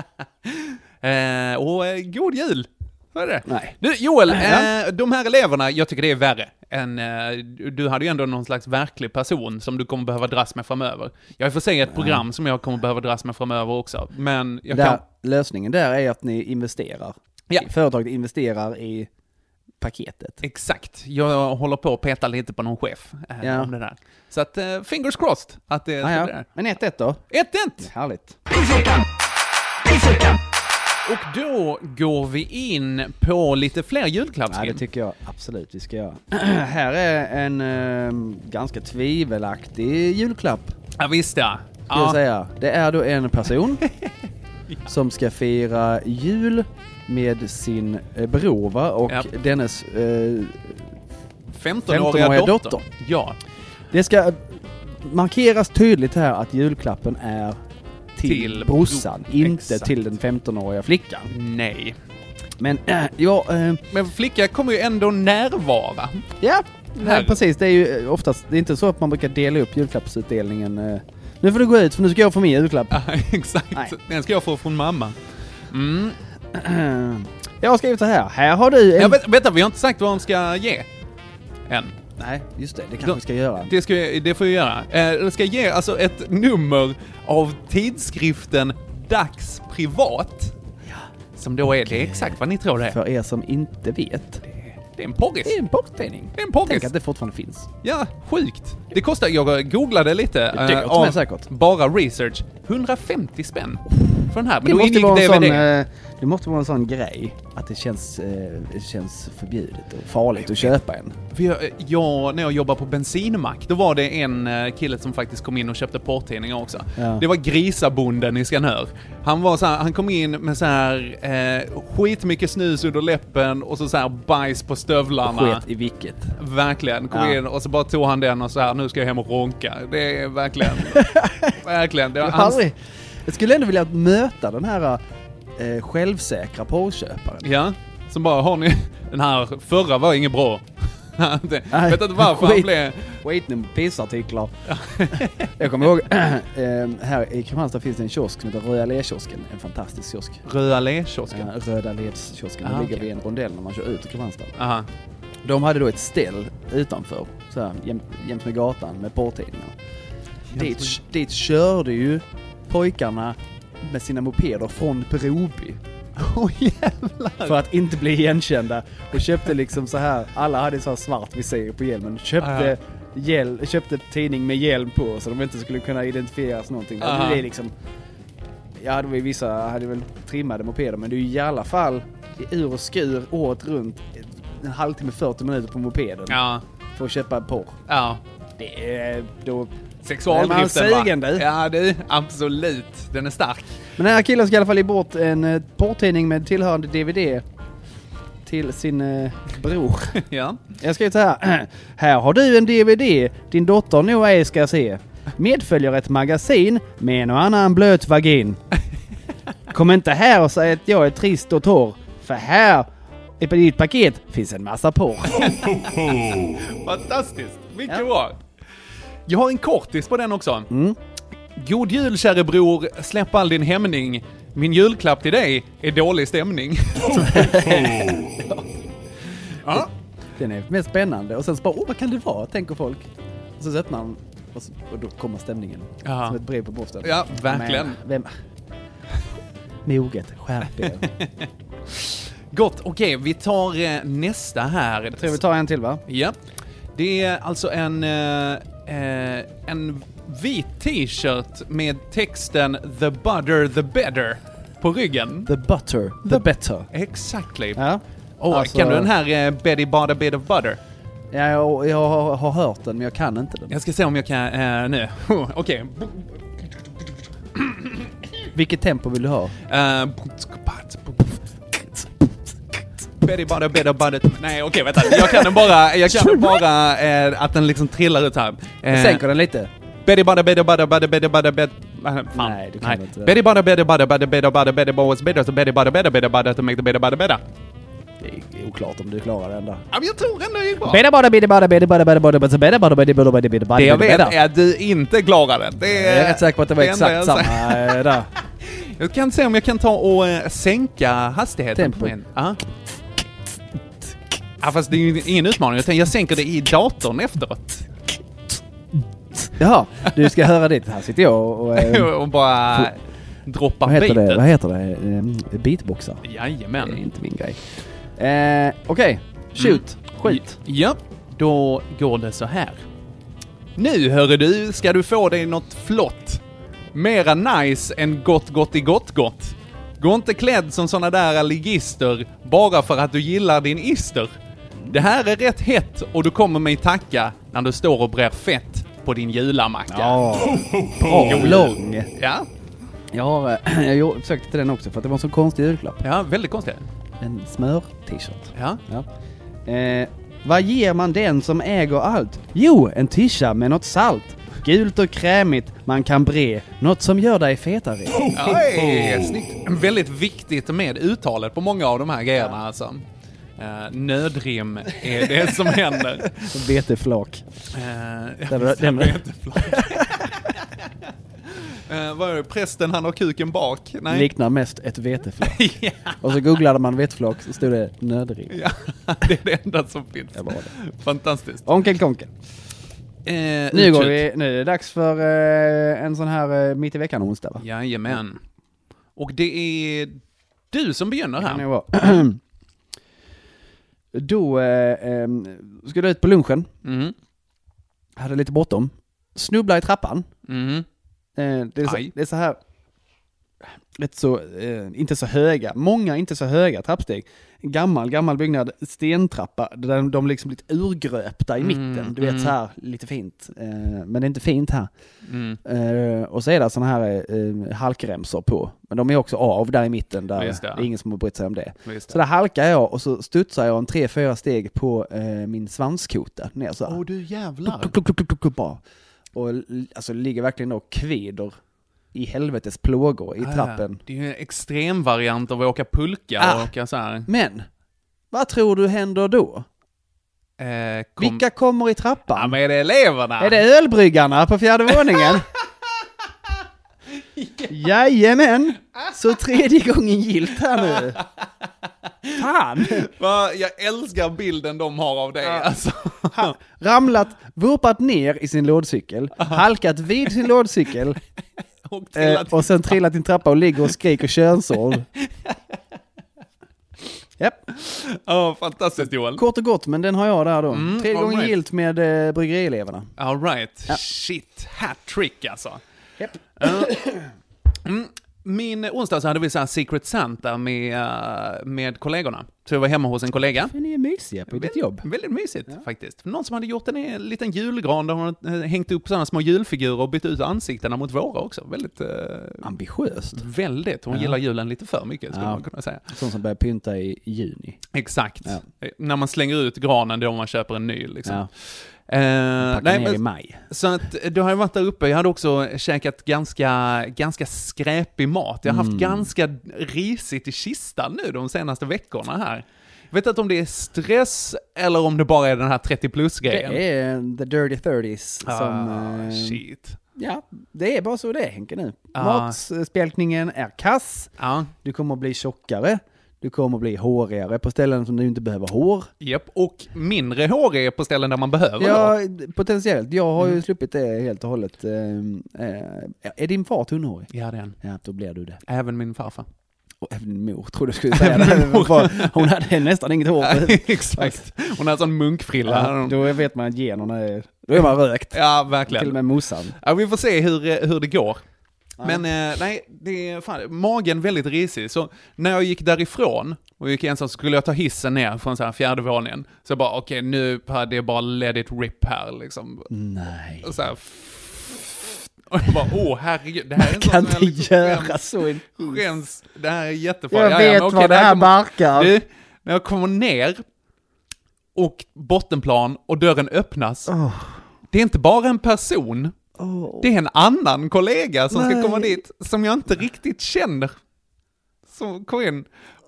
S6: Och god jul. Vad är det?
S7: Nej.
S6: Du, Joel, de här eleverna, jag tycker det är värre än... du hade ju ändå någon slags verklig person som du kommer behöva dras med framöver. Jag har för sig ett program som jag kommer behöva dras med framöver också. Men
S7: lösningen där är att ni investerar. Ja. Företaget investerar i paketet.
S6: Exakt. Jag håller på att peta lite på någon chef om det där. Så att fingers crossed att det är där.
S7: Men 1-1 då?
S6: 1-1!
S7: Härligt.
S6: Och då går vi in på lite fler julklappsgrejer.
S7: Ja, det tycker jag absolut vi ska göra. Här är en ganska tvivelaktig julklapp.
S6: Ja, visst ja.
S7: Ska jag säga. Det är då en person som ska fira jul med sin bror och dennes
S6: 15-åriga dotter. Ja.
S7: Det ska markeras tydligt här att julklappen är till brorsan, inte till den 15-åriga flickan.
S6: Nej.
S7: Men
S6: men flickan kommer ju ändå närvara.
S7: Ja, nej, precis. Det är ju oftast, det är inte så att man brukar dela upp julklappsutdelningen. Nu får du gå ut för nu ska jag få min julklapp.
S6: Exakt. Nej. Den ska jag få från mamma.
S7: Jag har skrivit så här. Här har du en...
S6: Vänta, vi har inte sagt vad hon ska ge än.
S7: Nej, just det. Det kanske vi ska göra.
S6: Det får vi göra. Det ska ge alltså ett nummer av tidskriften Dags Privat. Ja. Som då är det exakt vad ni tror det är.
S7: För er som inte vet.
S6: Det är en porris.
S7: Det är en porrtidning.
S6: Det är en porris.
S7: Tänk att det fortfarande finns.
S6: Ja, sjukt. Det kostar, jag googlade lite.
S7: Det säkert.
S6: Bara research. 150 spänn. För den här. Men
S7: det måste vara en sån grej att det känns förbjudet och farligt att köpa en.
S6: För när jag jobbade på bensinmack, då var det en kille som faktiskt kom in och köpte porrtidningar också. Ja. Det var grisabonden i Skanör. Han kom in med så här skitmycket snus under läppen och så här bajs på stövlarna.
S7: Skit i vilket.
S6: Verkligen. Kom in och så bara tog han den och så här, nu ska jag hem och ronka. Det är verkligen verkligen. Det var
S7: jag skulle ändå vilja möta den här självsäkra porrköparen.
S6: Ja, som bara har ni... Den här förra var inget bra. Vet inte varför han blev...
S7: Skit nu pissartiklar. Jag kommer ihåg, här i Kristianstad finns det en kiosk som heter Röda Allé-kiosken. En fantastisk kiosk.
S6: Röda Allé-kiosken?
S7: Ja, Röda Allé-kiosken. Det ligger vid en rondell när man kör ut i Kristianstad.
S6: Aha.
S7: De hade då ett ställ utanför, så här, jämt med gatan med porrtidningar. Dit körde ju pojkarna med sina mopeder från Broby.
S6: Jävlar.
S7: För att inte bli igenkända. Och köpte liksom så här, alla hade så här svart visir på hjälmen. Köpte tidning med hjälm på så de inte skulle kunna identifieras någonting. Det är liksom, ja, det var vissa hade väl trimmade mopeder, men det är ju i alla fall i ur och skur året runt en halvtimme 40 minuter på mopeden.
S6: Ja.
S7: För att köpa porr.
S6: Ja.
S7: Det är då
S6: sexualdriften,
S7: va?
S6: Ja, det absolut. Den är stark.
S7: Men den här killen ska i alla fall ge bort en porrtidning med tillhörande DVD till sin bror.
S6: Ja.
S7: Jag ska ju ta här. Här har du en DVD din dotter nog ej ska se. Medföljer ett magasin med en och annan blöt vagin. Kom inte här och säg att jag är trist och torr. För här i ditt paket finns en massa porr.
S6: Fantastiskt. Mycket bra. Jag har en kortis på den också. God jul, käre bror. Släpp all din hämning. Min julklapp till dig är dålig stämning. Ja.
S7: Den är mest spännande. Och sen så bara, vad kan det vara? Tänker folk. Och så öppnar han och då kommer stämningen.
S6: Aha.
S7: Som ett brev på posten.
S6: Ja, verkligen.
S7: Men, moget, skärp er.
S6: Gott, okej, vi tar nästa här.
S7: Jag tror vi tar en till, va?
S6: Ja. Det är alltså en vit t-shirt med texten The butter the better på ryggen.
S7: The butter, the better.
S6: Exactly.
S7: Ja.
S6: Alltså, kan du den här Betty bought a bit of butter?
S7: Ja, jag har hört den, men jag kan inte den.
S6: Jag ska se om jag kan nu. Okej.
S7: Vilket tempo vill du ha?
S6: Betty bought a bit of butter. Nej, okej, vänta. Jag kan bara att den liksom trillar ut här.
S7: Sänker den lite.
S6: Betty bought a bit of butter.
S7: Nej, du kan inte.
S6: Betty bought a bit of butter. Betty was better, so Betty bought a bit of butter to make the butter better.
S7: Det är oklart om du klarar den där.
S6: Ja, men jag tror ändå det är bra.
S7: Det
S6: jag vet är att du inte klarar den.
S7: Jag är rätt säker på att det var exakt samma där.
S6: Jag kan se om jag kan ta och sänka hastigheten på min. Ja, fast det är ju ingen utmaning. Jag sänker det i datorn efteråt.
S7: Jaha, du ska höra det. Här sitter jag
S6: och bara droppa beatet.
S7: Vad heter det? Beatboxar.
S6: Jajamän.
S7: Det är inte min grej. Okej. Shoot. Skit.
S6: Ja, då går det så här. Nu, hörru du, ska du få dig något flott. Mera nice än gott. Gå inte klädd som såna där ligister bara för att du gillar din ister. Det här är rätt hett och du kommer mig tacka när du står och brer fett på din julamacka.
S7: Ja, bra lång.
S6: Ja.
S7: Jag sökte till den också för att det var en så konstig julklapp.
S6: Ja, väldigt konstigt.
S7: En smör-t-shirt.
S6: Ja.
S7: Vad ger man den som äger allt? Jo, en tisha med något salt. Gult och krämigt, man kan bre. Något som gör dig fetare.
S6: Snyggt. Väldigt viktigt med uttalet på många av de här grejerna alltså. Nödrim är det som händer.
S7: Veteflak.
S6: Veteflak. Vad är det? Prästen, han har kuken bak. Nej.
S7: Liknar mest ett veteflak.
S6: Ja.
S7: Och så googlade man veteflak så stod det nödrim.
S6: Ja, det är det enda som finns. Fantastiskt.
S7: Onkel Konkel. Nu är det dags för en sån här mitt i veckan onsdag, va?
S6: Jajamän. Och det är du som begynner här.
S7: Då skulle jag ut på lunchen. Hade lite bråttom. Snubbla i trappan. Det är så här rätt så inte så höga, många inte så höga trappsteg. Gammal byggnad, stentrappa där de liksom lite urgröpta i mitten. Du vet så här lite fint. Men det är inte fint här. Och så är det såna här halkremsor på. Men de är också av där i mitten där det är ingen som har brytt sig om det. Så där halkar jag och så studsar jag en 3-4 steg på min svanskota ner så här.
S6: Du jävlar.
S7: Och alltså ligger verkligen och kvider i helvetes plågor i trappen.
S6: Det är ju en extrem variant av att åka pulka och åka så här.
S7: Men, vad tror du händer då? Vilka kommer i trappan?
S6: Ja, men är det eleverna?
S7: Är det ölbryggarna på 4:e våningen? Jajamän! Så 3:e gången gilt här nu. Fan!
S6: Jag älskar bilden de har av dig. Alltså.
S7: Ramlat, vurpat ner i sin lådcykel, halkat vid sin lådcykel och sen trillat i en trappa och ligger och skriker könsord. Japp.
S6: Fantastiskt, Joel.
S7: Kort och gott, men den har jag där då. 3 gånger gilt med bryggerieleverna.
S6: All right. Ja. Shit, hat-trick alltså.
S7: Japp.
S6: Min onsdag så hade vi så här Secret Santa med kollegorna. Så jag var hemma hos en kollega.
S7: Ni är mysiga på ditt jobb.
S6: Väldigt mysigt faktiskt. Någon som hade gjort en liten julgran där hon hängt upp sådana små julfigurer och bytt ut ansiktena mot våra också. Väldigt
S7: ambitiöst.
S6: Väldigt. Hon gillar julen lite för mycket skulle man kunna säga.
S7: Sån som börjar pynta i juni.
S6: Exakt. Ja. När man slänger ut granen då man köper en ny liksom. Ja.
S7: Ner i maj.
S6: Så att du har ju varit där uppe. Jag hade också käkat ganska skräpig mat. Jag har haft ganska risigt i kistan nu de senaste veckorna här. Jag vet inte om det är stress eller om det bara är den här 30+-grejen.
S7: Det är the dirty 30s som...
S6: shit.
S7: Ja, det är bara så det är, Henke, nu. Matspjälkningen är kass. Du kommer att bli tjockare. Du kommer att bli hårigare på ställen som du inte behöver hår.
S6: Japp, och mindre hårigare på ställen där man behöver.
S7: Ja, potentiellt. Jag har ju sluppit det helt och hållet. Är din far tunnhårig?
S6: Ja, det är en.
S7: Ja, då blir du det.
S6: Även min farfar.
S7: Och även din mor, tror du skulle säga det. Hon hade nästan inget hår.
S6: Exakt. Hon hade sån munkfrilla.
S7: Ja, då vet man att generna är... Då är man rökt.
S6: Ja, verkligen.
S7: Till och med mossan.
S6: Ja, vi får se hur det går. Men nej, det är fan, magen väldigt risig. Så när jag gick därifrån och gick igen så skulle jag ta hissen ner från så här 4:e våningen. Så jag bara, okej, nu hade jag bara let it rip här liksom.
S7: Nej.
S6: Och så här, och jag bara, herregud, det här är en
S7: kan
S6: sån
S7: inte göra så.
S6: Skäms, det här är jättefarligt.
S7: Jag vet vad det här barkar.
S6: När jag kommer ner och bottenplan och dörren öppnas. Det är inte bara en person. Det är en annan kollega som ska komma dit som jag inte riktigt känner. Som kom in.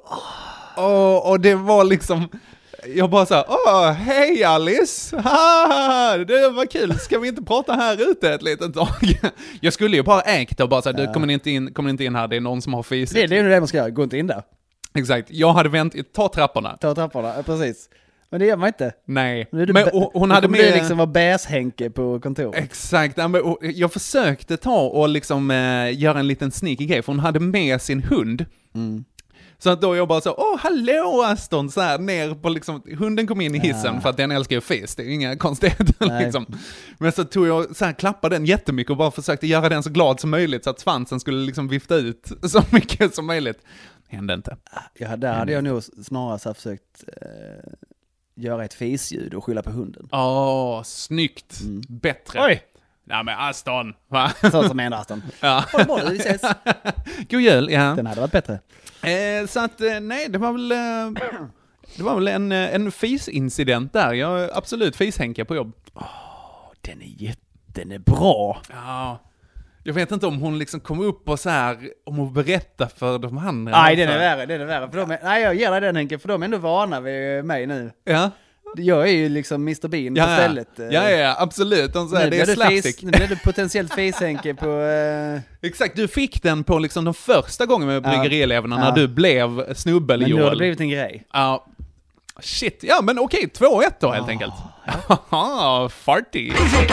S6: Och det var liksom... Jag bara såhär, hej Alice! Det var kul, ska vi inte prata här ute ett litet tag? Jag skulle ju bara äkta och bara såhär, du kommer inte in här, det är någon som har fisit.
S7: Det är det man ska göra, gå inte in där.
S6: Exakt, jag hade väntat, ta trapporna,
S7: precis. Men det gör man inte.
S6: Nej.
S7: Men hon hade med... liksom var bäshänke på kontoret.
S6: Exakt. Jag försökte ta och liksom göra en liten sneaky grej. För hon hade med sin hund. Så att då jag bara så, hallå Aston, så här ner på liksom, hunden kom in i hissen för att den älskar ju fis. Det är inga konstigheter liksom. Men så tog jag så här, klappade den jättemycket och bara försökte göra den så glad som möjligt så att svansen skulle liksom vifta ut så mycket som möjligt. Hände inte.
S7: Ja, där hade jag nog snarare så försökt... göra ett fisljud och skylla på hunden.
S6: Snyggt. Bättre.
S7: Oj!
S6: Ja, men Aston. Va?
S7: Så som en Aston.
S6: Ja.
S7: Ha det bra, vi ses.
S6: God jul, ja.
S7: Den hade varit bättre.
S6: Så att, nej, det var väl en fisincident där. Jag är absolut fishänka på jobb.
S7: Den är bra.
S6: Ja. Jag vet inte om hon liksom kom upp och så här, om hon berättar för de andra.
S7: Nej, den är värre. För nej, jag ger dig den, Henke, för de är ändå vana vid mig nu.
S6: Ja.
S7: Jag är ju liksom Mr. Bean på stället.
S6: Ja, absolut. De säger, det är slapstick.
S7: Nu blir du potentiellt fishänke på...
S6: Exakt, du fick den på liksom de första gången med bryggerieleverna när du blev snubbel i Joel.
S7: Men nu har det blivit en grej.
S6: Ja. Shit, ja men okej, 2-1 då helt enkelt. Farty.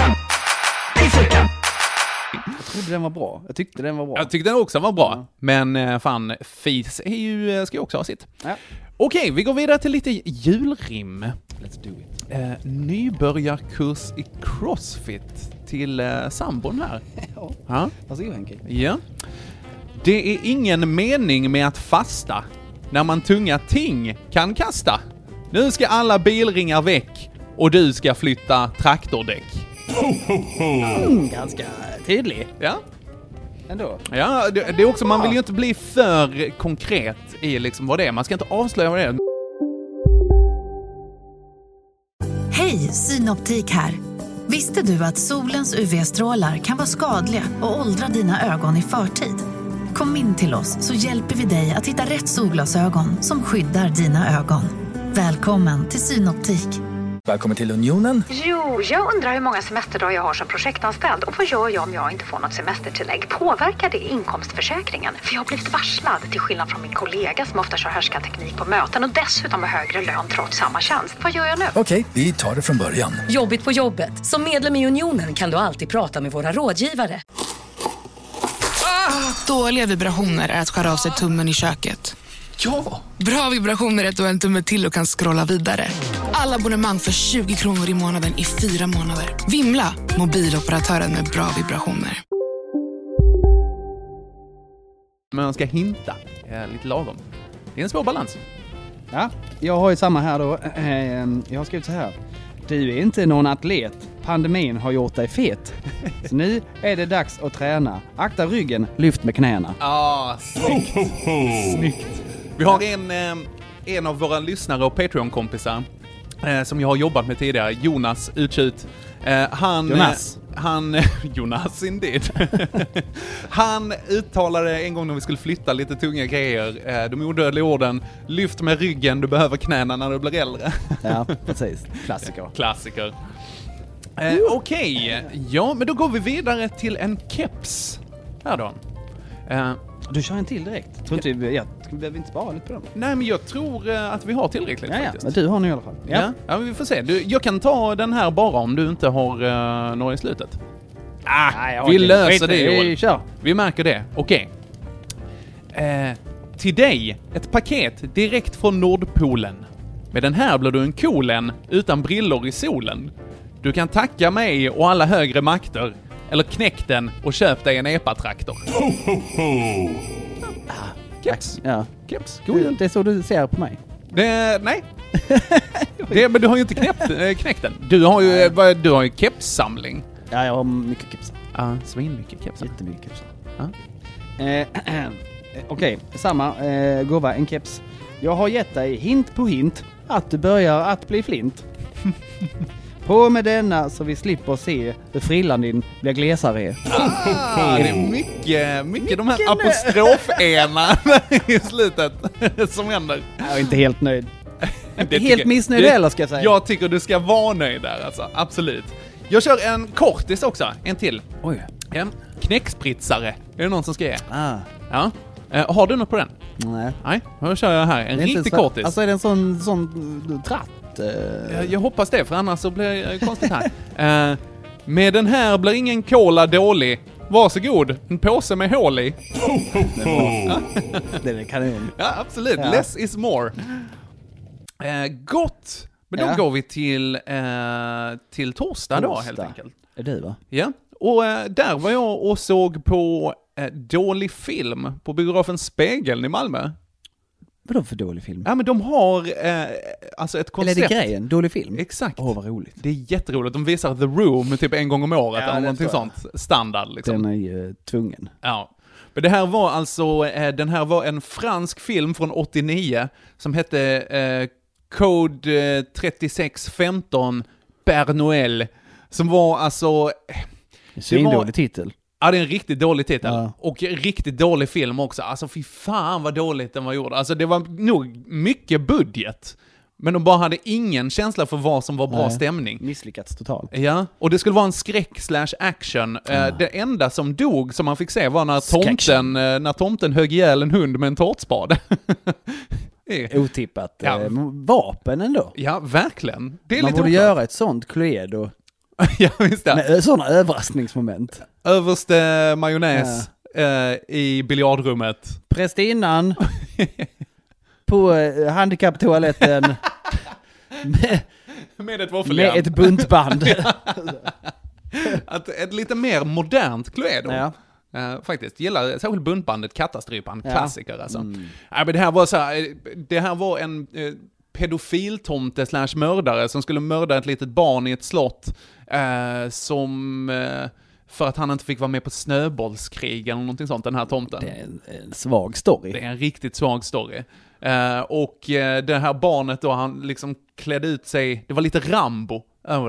S7: Jag tyckte den var bra.
S6: Jag tyckte den också var bra. Men fan, fis ska ju också ha sitt. Ja. Okej, vi går vidare till lite julrim.
S7: Let's do it.
S6: Nybörjarkurs i CrossFit till sambon här.
S7: Ja. Varsågod, Henke.
S6: Ja. Det är ingen mening med att fasta när man tunga ting kan kasta. Nu ska alla bilringar väck och du ska flytta traktordäck.
S7: Ganska tydlig.
S6: Ja.
S7: Ändå.
S6: Ja, det är också, man vill ju inte bli för konkret i liksom vad det är. Man ska inte avslöja vad det är.
S8: Hej, Synoptik här. Visste du att solens UV-strålar kan vara skadliga och åldra dina ögon i förtid? Kom in till oss så hjälper vi dig att hitta rätt solglasögon som skyddar dina ögon. Välkommen till Synoptik.
S9: Välkommen till Unionen.
S10: Jo, jag undrar hur många semesterdagar jag har som projektanställd. Och vad gör jag om jag inte får något semestertillägg? Påverkar det inkomstförsäkringen? För jag har blivit varslad, till skillnad från min kollega som ofta kör härskarteknik på möten och dessutom har högre lön trots samma tjänst. Vad gör jag nu?
S9: Okej, vi tar det från början.
S11: Jobbigt på jobbet. Som medlem i Unionen kan du alltid prata med våra rådgivare.
S12: Dåliga vibrationer är att skära av sig tummen i köket.
S9: Ja!
S12: Bra vibrationer är att du har en tumme till och kan scrolla vidare. Alla abonnemang för 20 kronor i månaden i 4 månader. Vimla! Mobiloperatören med bra vibrationer.
S6: Men man ska hinta lite lagom. Det är en svår balans.
S7: Ja, jag har ju samma här då. Jag har skrivit så här. Du är inte någon atlet. Pandemin har gjort dig fet. Så nu är det dags att träna. Akta ryggen, lyft med knäna.
S6: Snyggt. Snyggt. Vi har en av våra lyssnare och Patreon-kompisar som jag har jobbat med tidigare, Jonas Utskjut. Jonas indeed. Han uttalade en gång när vi skulle flytta lite tunga grejer, de odödliga orden: lyft med ryggen, du behöver knäna när du blir äldre.
S7: Ja, precis. Klassiker.
S6: Okej. Ja, men då går vi vidare till en keps. Här då.
S7: Du kör en till direkt. Tror inte jag behöver inte spara lite på dem.
S6: Nej, men jag tror att vi har tillräckligt faktiskt.
S7: Men du har nu i alla fall.
S6: Ja, men vi får se. Jag kan ta den här bara om du inte har några i slutet. Vi löser det, Joel. Vi märker det. Okej. Till dig, ett paket direkt från Nordpolen. Med den här blir du en kolen utan brillor i solen. Du kan tacka mig och alla högre makter. Eller knäck den och köp dig en epatraktor. Keps.
S7: Ja.
S6: Keps.
S7: Det är så du ser på mig.
S6: Nej. Men du har ju inte knäckt den. Du har ju kepssamling.
S7: Ja, jag har mycket kepsar.
S6: Ja, svin mycket kepsar.
S7: Jättemycket kepsar. Okej, samma gåva, en keps. Jag har gett dig hint på hint att du börjar att bli flint. På med denna så vi slipper se hur frillan din blir glesare.
S6: Det är mycket de här apostrofena i slutet som händer.
S7: Jag är inte helt nöjd. Inte helt missnöjd heller, ska jag säga. Jag
S6: tycker du ska vara nöjd där, alltså. Absolut. Jag kör en kortis också. En till.
S7: Oj.
S6: Knäckspritsare. Är det någon som ska ge? Ja. Har du något på den? Nej. Då kör jag här. En riktig kortis.
S7: Alltså är det en sån tratt?
S6: Jag hoppas det, för annars så blir det konstigt här. Med den här blir ingen cola dålig. Varsågod, en påse med hål i.
S7: Det är kanon.
S6: Ja, absolut. Ja. Less is more. Gott. Men då går vi till torsdag då, helt enkelt.
S7: Är det, va?
S6: Ja. Och där var jag och såg på dålig film på biografen Spegeln i Malmö.
S7: Vadå för dålig film?
S6: Ja, men de har alltså ett koncept.
S7: Eller är det grejen? Dålig film?
S6: Exakt.
S7: Vad roligt.
S6: Det är jätteroligt. De visar The Room typ en gång om året eller någonting sånt. Standard liksom.
S7: Den är ju tvungen.
S6: Ja. Men det här var alltså, den här var en fransk film från 89 som hette Code 3615 Père Noël. Som var alltså...
S7: Det är en dålig titel.
S6: Ja, det är en riktigt dålig titel. Ja. Och riktigt dålig film också. Alltså fy fan vad dåligt den var gjord. Alltså det var nog mycket budget. Men de bara hade ingen känsla för vad som var bra stämning.
S7: Misslyckats totalt.
S6: Ja, och det skulle vara en skräck/action. Det enda som dog som man fick se var när tomten högg ihjäl en hund med en tårtspade.
S7: Otippat. Vapen ändå.
S6: Ja, verkligen. Det är
S7: man
S6: lite
S7: borde göra ett sånt Cluedo.
S6: Ja, visst det.
S7: Med sådana överraskningsmoment.
S6: Överste majonnäs i biljardrummet.
S7: Prästinnan på handikapptoaletten
S6: med ett våffeljärn.
S7: Med ett buntband.
S6: Ett lite mer modernt Cluedo. Ja. Faktiskt. Gillar särskilt buntbandet Kattastrypan. Klassiker alltså. Men det här var en pedofiltomte / mördare som skulle mörda ett litet barn i ett slott som för att han inte fick vara med på snöbollskrig eller någonting sånt, den här tomten.
S7: Det är en svag story.
S6: Det är en riktigt svag story. Och det här barnet då, han liksom klädde ut sig, det var lite Rambo över det.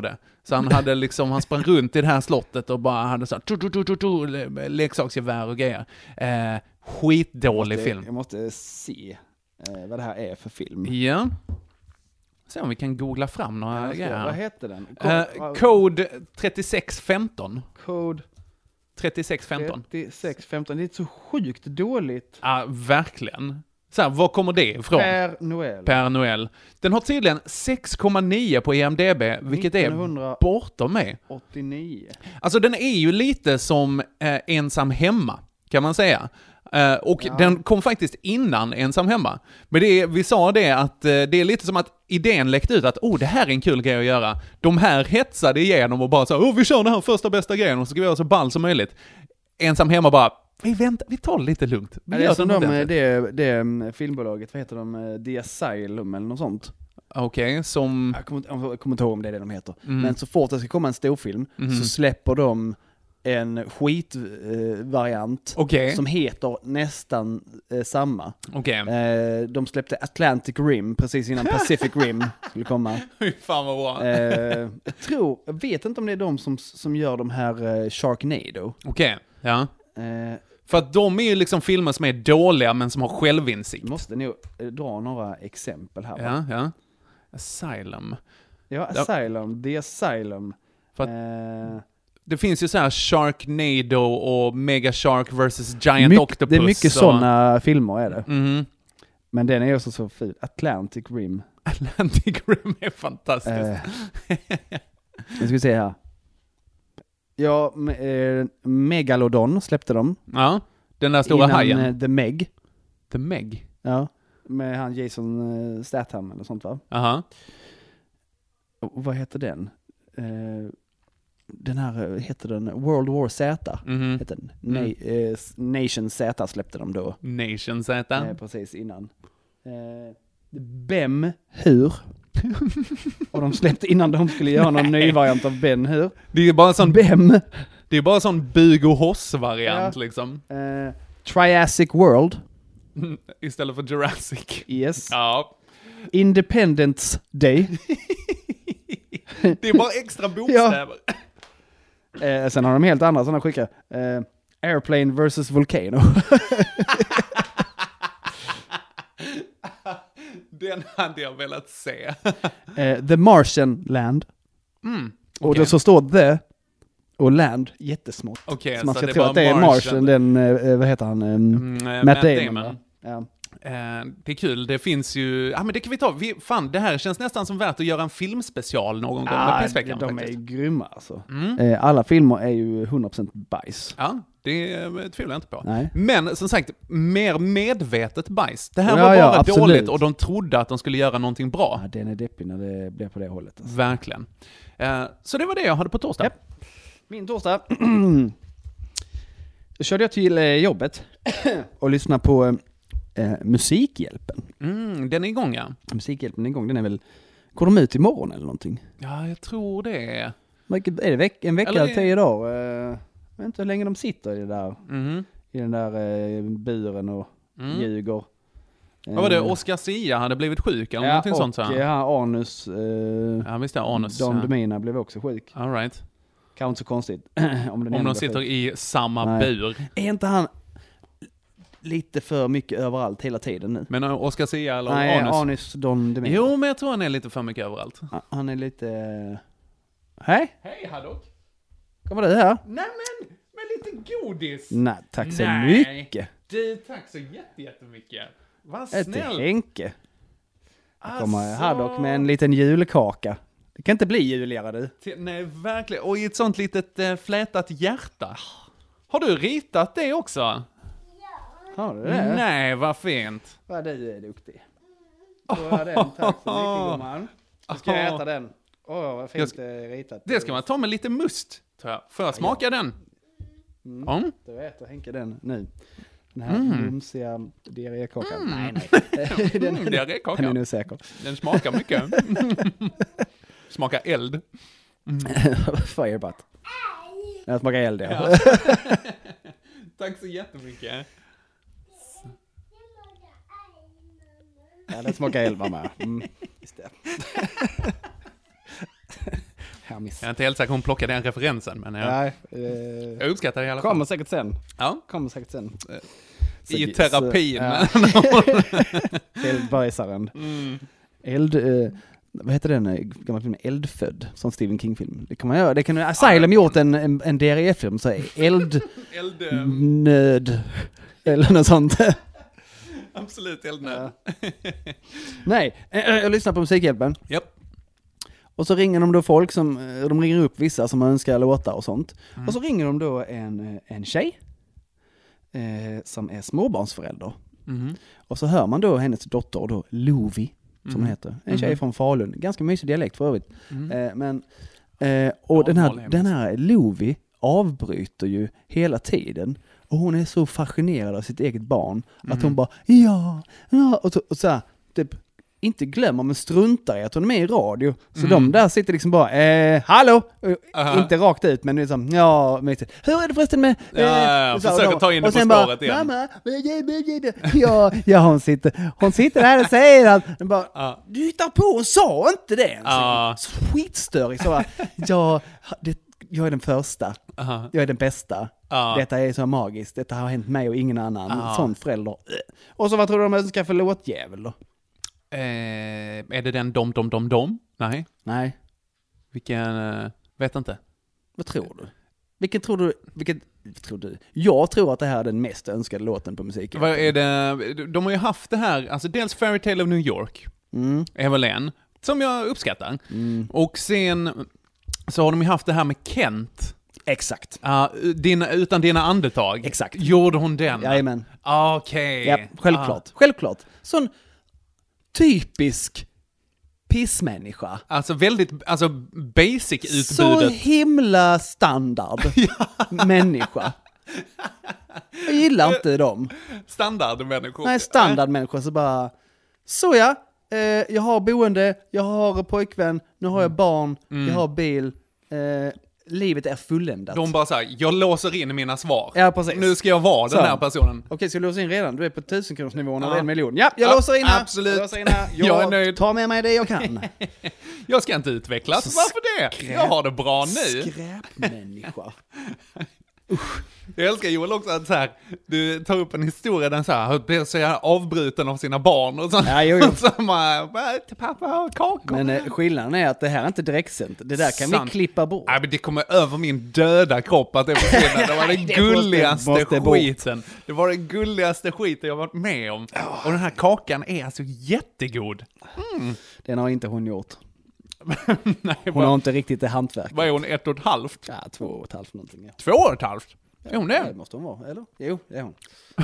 S6: Så han hade liksom, han sprang runt i det här slottet och bara hade så här leksaksgevär och grejer. Skitdålig film.
S7: Jag måste se vad det här är för film.
S6: Ja. Se om vi kan googla fram några grejer.
S7: Vad heter den?
S6: Code 3615.
S7: Code
S6: 3615.
S7: 3615. Det är så sjukt dåligt.
S6: Ja, verkligen. Så här, var kommer det ifrån? Per Noel. Den har tydligen 6,9 på IMDb, vilket är bortom mig.
S7: 89.
S6: Alltså den är ju lite som Ensam hemma, kan man säga. Och den kom faktiskt innan Ensam hemma. Men vi sa det att det är lite som att idén läckte ut att det här är en kul grej att göra. De här hetsade igenom och bara så vi kör den här första bästa grejen och så ska vi göra så ball som möjligt. Ensam hemma bara, vi tar det lite lugnt.
S7: Det är som det filmbolaget, vad heter de? The Asylum eller något sånt.
S6: Okej, som...
S7: Jag kommer inte ihåg om det är det de heter. Men så fort det ska komma en storfilm så släpper de en skitvariant som heter nästan samma. De släppte Atlantic Rim precis innan Pacific Rim skulle komma.
S6: Fan vad bra.
S7: Jag vet inte om det är de som gör de här Sharknado.
S6: Ja. För att de är ju liksom filmer som är dåliga men som har självinsikt.
S7: Måste ni dra några exempel här.
S6: Ja. Asylum.
S7: Ja, Asylum. The Asylum.
S6: För att det finns ju så här Sharknado och Mega Shark vs. Giant Octopus.
S7: Det är mycket sådana filmer är det. Men den är också så fin. Atlantic Rim.
S6: Atlantic Rim är fantastiskt.
S7: Nu ska vi se här. Ja, Megalodon släppte de.
S6: Ja, den där stora hajen.
S7: The Meg.
S6: The Meg?
S7: Ja, med han Jason Statham eller sånt va?
S6: Aha.
S7: Och vad heter den? Den här heter den World War Z. Heter den. Nation Z släppte de då.
S6: Nation Z?
S7: Precis innan. Ben Hur. Och de släppte innan de skulle göra någon ny variant av Ben Hur.
S6: Det är bara sån
S7: Bem.
S6: Det är bara sån Bug och Hoss-variant liksom.
S7: Triassic World.
S6: Istället för Jurassic.
S7: Yes.
S6: Ja.
S7: Independence Day.
S6: Det är bara extra bokstäver.
S7: Sen har de helt andra sådana skicka. Airplane vs. Volcano.
S6: Den hade jag velat se.
S7: The Martian Land. Och då så står The och Land jättesmått. Så man ska tro att det är Martian, den, vad heter han? Matt Damon. Ja.
S6: Det är kul, det finns ju... men det kan vi ta. Det här känns nästan som värt att göra en filmspecial någon gång med Pissveckan.
S7: De är grymma alltså. Alla filmer är ju 100% bajs.
S6: Ja, det tvivlar jag inte på.
S7: Nej.
S6: Men som sagt, mer medvetet bajs. Det här var bara dåligt och de trodde att de skulle göra någonting bra.
S7: Ja, den är deppig när det blir på det hållet. Alltså.
S6: Verkligen. Så det var det jag hade på torsdag.
S7: Yep. Min torsdag. Då körde jag till jobbet och lyssnade på Musikhjälpen.
S6: Den är igång, ja.
S7: Musikhjälpen är igång. Den är väl... Går de ut imorgon eller någonting?
S6: Ja, jag tror det.
S7: Är det en vecka eller 10 dagar? Jag vet inte hur länge de sitter i den där buren och ljuger.
S6: Vad var det? Oscar Sia hade blivit sjuk eller någonting sånt?
S7: Ja, Anus.
S6: Ja, visst är Anus.
S7: Don Demina blev också sjuk.
S6: All right.
S7: Kan inte så konstigt.
S6: om de sitter i samma bur.
S7: Är inte han lite för mycket överallt hela tiden nu?
S6: Men Oscar Sia eller
S7: Nej,
S6: Anus?
S7: Anus Don Demina.
S6: Jo, men jag tror han är lite för mycket överallt.
S7: Han är lite... Hej!
S6: Hej, Haddock!
S7: Kommer du här?
S6: Nej, men med lite godis!
S7: Nej, tack så mycket.
S6: Du, tack så jättemycket. Vad snällt.
S7: Ett Henke. Alltså... kommer Haddock med en liten julkaka. Det kan inte bli juligare du.
S6: Nej, verkligen. Och i ett sånt litet flätat hjärta. Har du ritat det också? Ja.
S7: Har du det?
S6: Nej, vad fint.
S7: Vad du är duktig. Då är den. Tack så mycket, gumman. Du ska äta den. Vad fint ritat.
S6: Det ska man ta med lite must, tror jag. Får jag smaka den?
S7: Då äter Henke den nu. Den här mumsiga diarrékakan. Nej.
S6: Diarrékakan.
S7: Den är nu säker.
S6: Den smakar mycket. Smakar eld.
S7: Firebutt. Den smakar eld, ja.
S6: Tack så jättemycket.
S7: Ja, den smakar eld, mamma. Just det. Hermes.
S6: Jag är inte helt säker hon plockade den referensen, men jag uppskattar det i alla fall.
S7: Kommer säkert sen.
S6: Ja.
S7: Kommer säkcket sen.
S6: I terapin.
S7: Eldbajsaren. Vad heter den gamla filmen? Eldfödd, som Stephen King-film. Det kan man göra. Det kan Asylum gjort en DRE-film, så eldnöd eller något sånt.
S6: Absolut eldnöd.
S7: Nej, jag lyssnar på Musikhjälpen.
S6: Yep.
S7: Och så ringer de då folk som, de ringer upp vissa som önskar låtar och sånt. Och så ringer de då en tjej som är småbarnsförälder. Och så hör man då hennes dotter då, Lovi, som hon heter. En tjej från Falun. Ganska mysig dialekt för övrigt. Och den här Lovi avbryter ju hela tiden. Och hon är så fascinerad av sitt eget barn att hon bara, ja. Och så här, typ, inte glömmer men struntar i att hon är med i radio. Så de där sitter liksom bara, hallå! Inte rakt ut, men liksom, ja, hur är det förresten med...
S6: försöker ta in det på spåret igen.
S7: Mamma, hon sitter där och säger att du hittar på, hon sa inte det. Så skitstörig. Så jag är den första. Jag är den bästa. Detta är så magiskt. Detta har hänt mig och ingen annan. Sån förälder. Och så vad tror du de önskar för låtjävel då?
S6: Är det den dom? Nej. Vilken, vet inte.
S7: Vad tror du? Vilken tror du? Jag tror att det här är den mest önskade låten på musiken.
S6: Vad är det? De har ju haft det här, alltså dels Fairy Tale of New York. Är väl en som jag uppskattar. Och sen så har de ju haft det här med Kent.
S7: Exakt.
S6: Utan dina andetag.
S7: Exakt.
S6: Gjorde hon den?
S7: Jajamän.
S6: Okej.
S7: Ja, självklart. Sån typisk pissmänniska.
S6: Alltså väldigt, basic utbudet.
S7: Så himla standard människa. Jag gillar inte dem.
S6: Standardmänniskor.
S7: Nej, standardmänniskor så bara, jag har boende, jag har pojkvän, nu har jag barn, jag har bil, livet är fulländat.
S6: De bara säger, jag låser in mina svar.
S7: Ja, precis.
S6: Nu ska jag vara den här personen.
S7: Okej, ska jag låsa in redan? Du är på 1000-kronorsnivån eller 1 miljon. Ja, jag låser in här.
S6: Absolut.
S7: Jag är nöjd. Ta med mig det jag kan.
S6: Jag ska inte utvecklas. Varför det? Jag har det bra nu.
S7: Skräpmänniska.
S6: Jag älskar Joel också att så här, du tar upp en historia där så här blir så här avbruten av sina barn och så.
S7: Ja,
S6: så man, pappa och kakor.
S7: Men skillnaden är att det här är inte direktsänt. Det där kan vi klippa bort.
S6: Nej, men det kommer över min döda kropp att det försvinner. Det var den gulligaste skiten. Det var den gulligaste skiten jag varit med om. Och den här kakan är alltså jättegod.
S7: Den har inte hon gjort.
S6: Nej,
S7: hon har inte riktigt det hantverk.
S6: Vad är hon, 1,5?
S7: Ja, 2,5 någonting. Ja.
S6: 2,5? Är hon det?
S7: Det måste hon vara, eller? Jo, det är hon.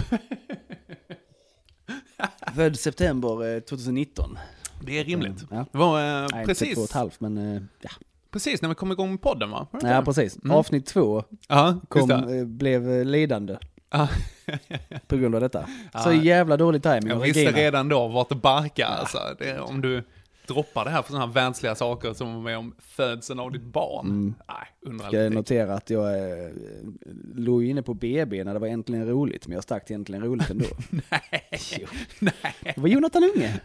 S7: Född september 2019.
S6: Det är rimligt.
S7: Ja.
S6: Det var precis...
S7: Inte 2,5, men ja.
S6: Precis, när vi kom igång med podden, va?
S7: Ja, precis. Avsnitt 2 blev lidande. På grund av detta. Så jävla dålig timing.
S6: Jag visste redan då vart det barkar. Alltså. Det är, om du droppar det här för sådana här vänliga saker som med om födseln av ditt barn.
S7: Ska jag notera att jag låg inne på BB när det var äntligen roligt, men jag stack till äntligen roligt ändå.
S6: Nej.
S7: Det var Jonathan Unge.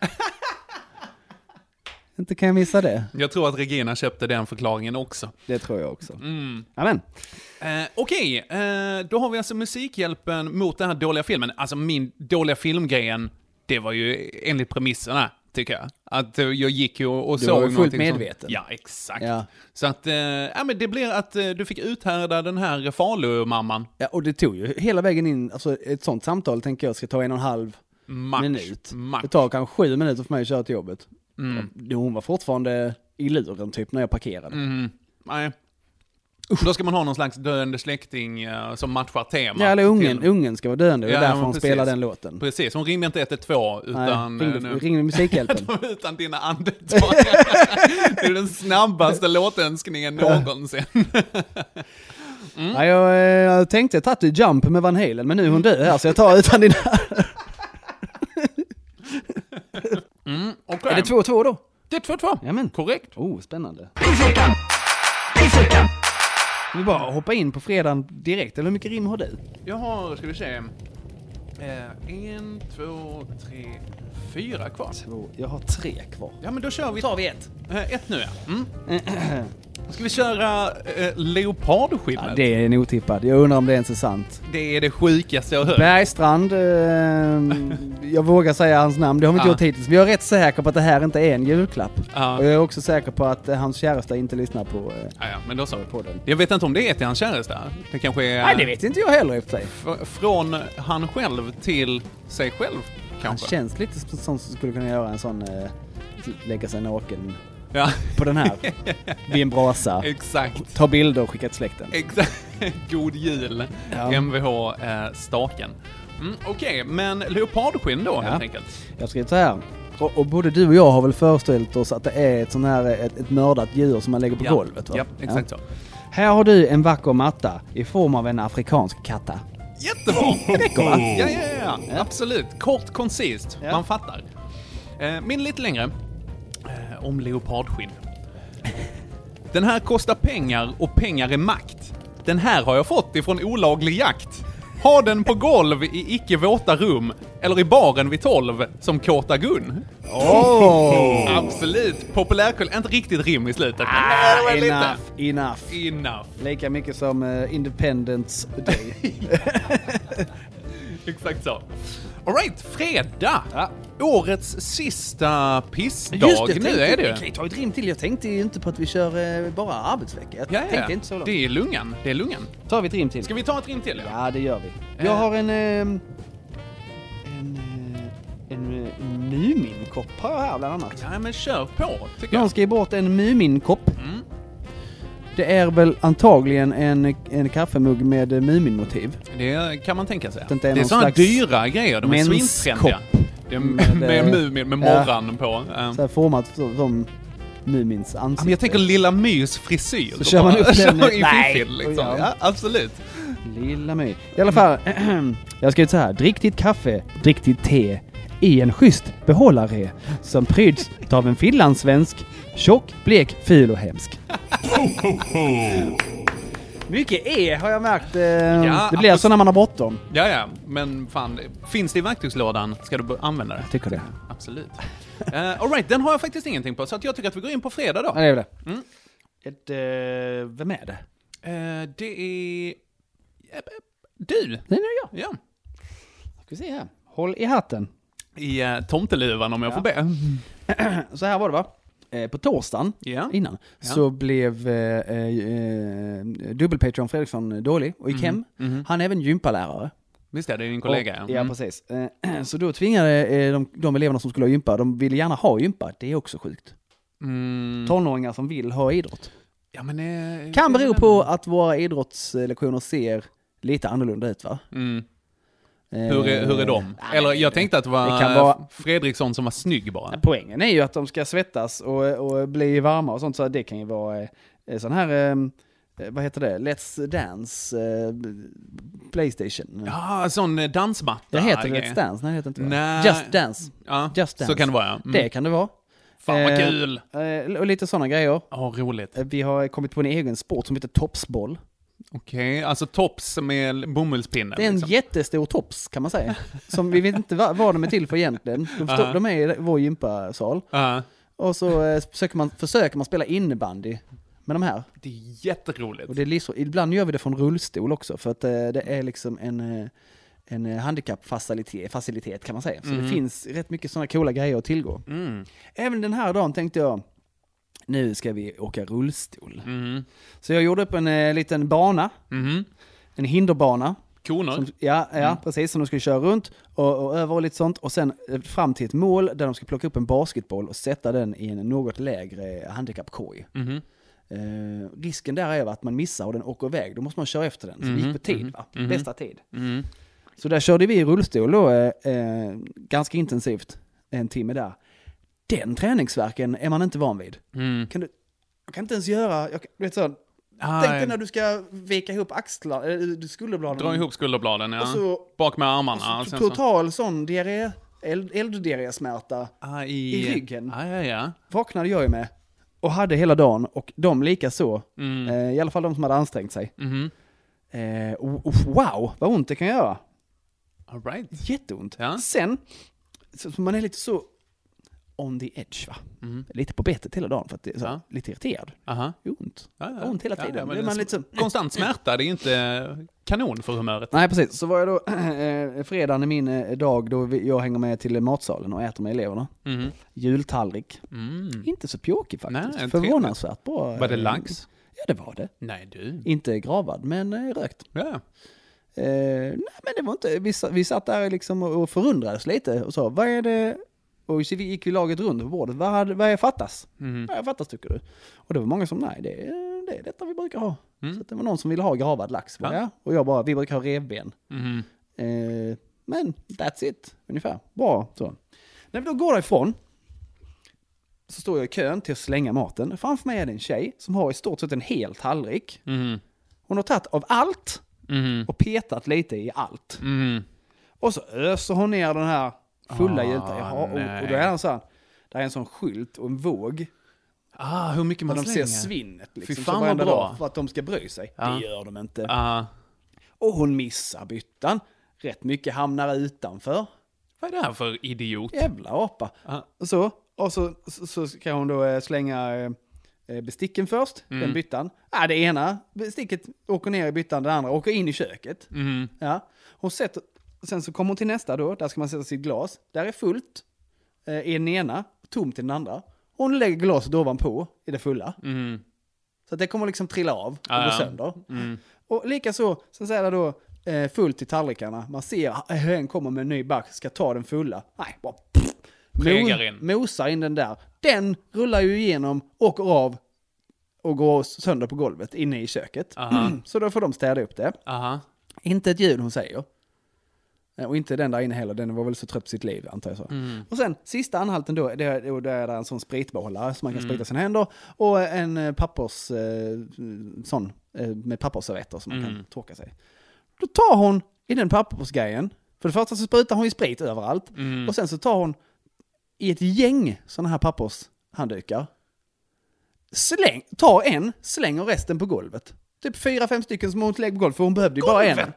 S7: Inte kan jag missa det.
S6: Jag tror att Regina köpte den förklaringen också.
S7: Det tror jag också. Amen.
S6: Okej, då har vi alltså Musikhjälpen mot den här dåliga filmen. Alltså min dåliga filmgrejen, det var ju enligt premisserna, tycker jag. Att jag gick ju och såg
S7: någonting. Du var fullt medveten.
S6: Ja, exakt. Ja. Så att, men det blir att du fick uthärda den här Falu-mamman. Ja,
S7: och det tog ju hela vägen in, alltså ett sånt samtal tänker jag ska ta 1,5 minut. Det tar kanske 7 minuter för mig att köra till jobbet. Hon var fortfarande i luren typ när jag parkerade.
S6: Nej. Då ska man ha någon slags döende släkting som matchar tema.
S7: Ja, eller ungen ska vara döende. Det är därför hon spelar den låten.
S6: Precis, hon ringde inte 112 utan...
S7: ringde Musikhjälpen.
S6: Utan dina andetag. Det är den snabbaste låtönskningen någonsin.
S7: Ja, jag tänkte att jag Jump med Van Halen, men nu är hon död här så jag tar utan dina...
S6: Okay.
S7: Är det 2-2 då?
S6: Det är 2-2.
S7: Jamen.
S6: Korrekt.
S7: Spännande. Vi bara hoppa in på fredagen direkt. Eller hur mycket rim har du?
S6: Jag har, ska vi se, 1, 2, 3, 4 kvar.
S7: 2. Jag har 3 kvar.
S6: Ja, men då kör vi.
S7: Då tar vi 1.
S6: 1 nu, ja. Ska vi köra leopardskinnet?
S7: Ja, det är en otippad. Jag undrar om det ens är sant.
S6: Det är det sjukaste jag har hört.
S7: Bergstrand, jag vågar säga hans namn. Det har vi inte gjort hittills. Vi är rätt säkra på att det här inte är en julklapp. Och jag är också säker på att hans käresta inte lyssnar på
S6: men då så.
S7: På den.
S6: Jag vet inte om det är till hans käresta. Det kanske är...
S7: Nej, det vet inte jag heller efter sig.
S6: Från han själv till sig själv, kanske.
S7: Han känns lite som som skulle kunna göra en sån lägga sig naken
S6: på
S7: den här vid en brasa.
S6: Exakt.
S7: Ta bilder och skicka till släkten.
S6: Exakt. God jul. MVH staken. Okej, men leopardskinn då helt enkelt.
S7: Jag skrev så här. Och både du och jag har väl föreställt oss att det är ett sån här ett mördat djur som man lägger på golvet, va?
S6: Ja, exakt så.
S7: Här har du en vacker matta i form av en afrikansk katta.
S6: Jättebra! Det räcker, va? Ja. Absolut. Kort, koncist. Man fattar. Min lite längre. Om leopardskinn. Den här kostar pengar och pengar är makt. Den här har jag fått ifrån olaglig jakt. Ha den på golv i icke-våta rum eller i baren vid 12 som kåta gun. Absolut. Populärkull. Inte riktigt rim i slutet. Enough.
S7: Lika mycket som Independence Day.
S6: Exakt så. All right, fredag. Årets sista pissdag. Nu är det.
S7: Vi tar ett rim till. Jag tänkte ju inte på att vi kör bara arbetsvecka. Jag tänkte inte så långt.
S6: Det är lungan.
S7: Tar vi ett rim till.
S6: Ska vi ta ett rim till?
S7: Ja, det gör vi. Jag har en Muminkopp har jag här bland annat.
S6: Ja, men kör på, tycker
S7: Någon ska ge bort en Muminkopp. Det är väl antagligen en kaffemugg med Muminmotiv.
S6: Det kan man tänka sig.
S7: Det är
S6: sådana dyra grejer. De är svintrendiga. Med Mumin med morran på.
S7: Så här format som Mumins ansikte.
S6: Men jag tänker Lilla Mys frisyr.
S7: Så kör man upp den
S6: i fiffil liksom. Ja, absolut.
S7: Lilla My. I alla fall, jag ska säga så här. Drick ditt kaffe, drick ditt te i en schysst behållare som pryds av en finlandssvensk, tjock, blek, ful och hemsk. Mycket har jag märkt. Det blir så när man har bråttom.
S6: Ja, men fan, finns det i verktygslådan ska du använda det.
S7: Jag tycker det.
S6: Absolut. All right, den har jag faktiskt ingenting på, så att jag tycker att vi går in på fredag då.
S7: Ja, det är det. Vem är det?
S6: Det är du.
S7: Det är jag.
S6: Ja.
S7: Ska vi se här. Håll i hatten.
S6: I tomteluvan om jag får be.
S7: Så här var det, va? På torsdagen innan så blev dubbel-Patreon Fredriksson dålig och gick hem. Han är även gympalärare.
S6: Visst är det din kollega?
S7: Ja, precis. Så då tvingade de eleverna som skulle ha gympa, de ville gärna ha gympa. Det är också sjukt. Tonåringar som vill ha idrott.
S6: Ja, men
S7: kan bero på att våra idrottslektioner ser lite annorlunda ut, va?
S6: Hur är de? Eller jag tänkte att det kan vara Fredriksson som var snygg bara.
S7: Poängen är ju att de ska svettas och bli varma och sånt, så det kan ju vara sån här vad heter det? Let's Dance PlayStation.
S6: Ja, sån dansmatta.
S7: Det heter Let's Dance, nej det heter inte. Nej. Just Dance.
S6: Ja,
S7: Just Dance.
S6: Så kan det vara.
S7: Det kan det vara.
S6: Fan vad kul.
S7: Och lite såna grejer.
S6: Ja, roligt.
S7: Vi har kommit på en egen sport som heter topsboll.
S6: Okej, alltså tops med bomullspinne.
S7: Det är en jättestor tops kan man säga. Som vi vet inte vad de är till för egentligen. De är i vår gympasal. Och så försöker man spela innebandy med de här.
S6: Det är jätteroligt.
S7: Och det är ibland gör vi det från rullstol också. För att det är liksom en handikappfacilitet kan man säga. Så det finns rätt mycket sådana coola grejer att tillgå. Även den här dagen tänkte jag, nu ska vi åka rullstol. Så jag gjorde upp en liten bana. En hinderbana.
S6: Koner.
S7: Precis. Som de skulle köra runt och över och lite sånt. Och sen fram till ett mål där de ska plocka upp en basketboll och sätta den i en något lägre handikappkoj. Risken där är att man missar och den åker iväg. Då måste man köra efter den. Så vi gick på tid, va? Bästa tid. Så där körde vi i rullstol då, ganska intensivt. En timme där. Den träningsverken är man inte van vid. Jag kan inte ens göra... Tänk dig när du ska vika ihop axlar, skulderbladen.
S6: Dra ihop skulderbladen, ja. Så, bak med armarna.
S7: Total sån elddiarrésmärta i ryggen. Vaknade jag ju med. Och hade hela dagen. Och de lika så. I alla fall de som hade ansträngt sig. Wow, vad ont det kan göra.
S6: All right.
S7: Jätteont. Sen så man är lite så on the edge, va? Lite på betet hela dagen för att det är så lite irriterad. Ont. Ont hela tiden.
S6: Men
S7: man lite så,
S6: konstant smärta, det är inte kanon för humöret.
S7: Nej, precis. Så var jag då fredagen i min dag då jag hänger med till matsalen och äter med eleverna. Jultallrik. Inte så pjåkig faktiskt. Nej, förvånansvärt bra.
S6: Var det lax?
S7: Ja, det var det.
S6: Nej, du.
S7: Inte gravad, men rökt.
S6: Ja.
S7: Nej, men det var inte... Vi satt där liksom och förundrades lite och sa, vad är det... Och så vi gick ju laget runt på bordet. Vad är fattas? Vad är fattas, tycker du? Och det var många som, nej, det är detta vi brukar ha. Så det var någon som ville ha gravad lax. Ja. Och jag bara, vi brukar ha revben. Men that's it, ungefär. Bra, så. När vi då går därifrån så står jag i kön till att slänga maten. Framför mig är det en tjej som har i stort sett en hel tallrik. Hon har tagit av allt och petat lite i allt. Och så öser hon ner den här fulla jultallriken. Och då är han så här, där är en sån skylt och en våg.
S6: Hur mycket man
S7: de
S6: slänger.
S7: ser svinnet liksom.
S6: Fy fan vad bra.
S7: För att de ska bry sig. Det gör de inte. Och hon missar byttan. Rätt mycket hamnar utanför.
S6: Vad är det här för idiot?
S7: Jävla apa. Och så ska hon då slänga besticken först. Den byttan. Det ena besticket åker ner i byttan. Det andra åker in i köket. Ja. Sen så kommer hon till nästa då. Där ska man sätta sitt glas. Där är fullt i den ena. Tomt i den andra. Hon lägger glaset ovanpå i det fulla. Så att det kommer liksom trilla av och gå sönder. Och likaså så säger det då fullt i tallrikarna. Man ser hur en kommer med en ny back, ska ta den fulla. Nej, bara mosar in den där. Den rullar ju igenom, åker av och går sönder på golvet inne i köket. Så då får de städa upp det. Inte ett ljud hon säger. Och inte den där inne heller, den var väl så trött på sitt liv, antar jag så. Och sen, sista anhalten då, det är en sån spritbehållare som man kan sprita sina händer. Och en pappers, sån, med pappersservetter som man kan torka sig. Då tar hon i den pappersgrejen, för det första så sprutar hon ju sprit överallt. Och sen så tar hon i ett gäng såna här pappershanddukar. Slänger resten på golvet. Typ 4-5 stycken som hon lägger på golvet, för hon behövde ju bara en.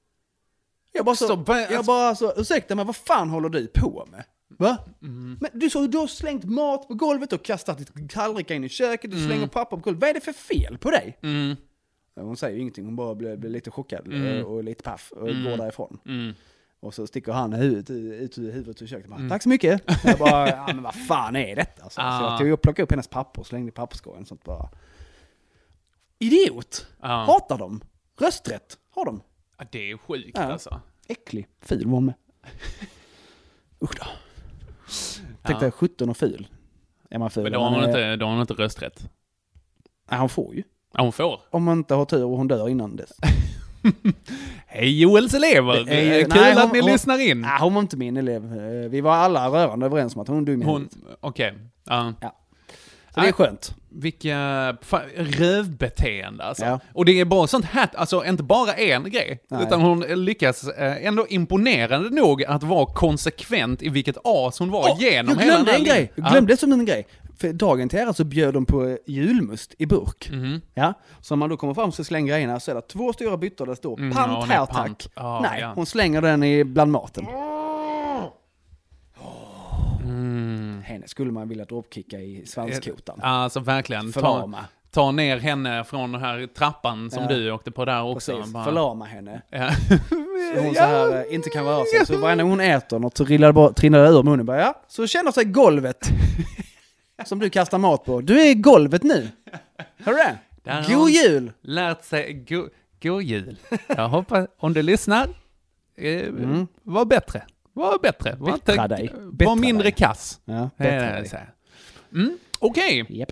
S7: Jag bara så, ursäkta mig, vad fan håller du på med? Va? Men du har slängt mat på golvet och kastat ditt tallrikar in i köket och slänger papper på golvet. Vad är det för fel på dig? Hon säger ju ingenting, hon bara blir lite chockad och lite paff och går därifrån. Och så sticker han ut ur huvudet och köket. Tack så mycket. Jag bara, men vad fan är detta? Så jag tog och plockade upp hennes papper och slängde i papperskorgen. Sånt bara. Idiot! Hatar dem. Rösträtt har de.
S6: Ja, det är sjukt alltså.
S7: Äcklig. Ful var hon med. Usch då. Tänkte jag 17 och ful. Är man ful?
S6: Men då har hon inte rösträtt.
S7: Nej, hon får ju.
S6: Ja, hon får.
S7: Om man inte har tur och hon dör innan dess.
S6: Hej Joels elever! Kul att ni lyssnar in.
S7: Nej, hon var inte min elev. Vi var alla rörande överens om att hon dog med
S6: Okej.
S7: Så det är skönt.
S6: Vilka rövbeteende alltså. Ja. Och det är bara sånt här, alltså inte bara en grej. Nej. Utan hon lyckas ändå imponerande nog att vara konsekvent i vilket as hon var genom hela den här
S7: grej. Jag glömde som en grej. För dagen till ära så bjöd de på julmust i burk. Ja. Så om man då kommer fram så slänger grejerna så är det 2 stora byttor där det står pant här tack. Hon slänger den bland maten. Henne skulle man vilja dropkicka i svanskotan.
S6: Alltså verkligen. Ta ner henne från den här trappan som du åkte på där också.
S7: Precis, förlama henne. Så hon så här inte kan röra sig. Så varje hon äter något så trillar det ur munnen. Bara, så känner sig golvet som du kastar mat på. Du är i golvet nu. Hör du det? God jul!
S6: Lärt sig god jul. Jag hoppas, om du lyssnar, var bättre. Var mindre kass.
S7: Ja,
S6: Okej.
S7: Yep.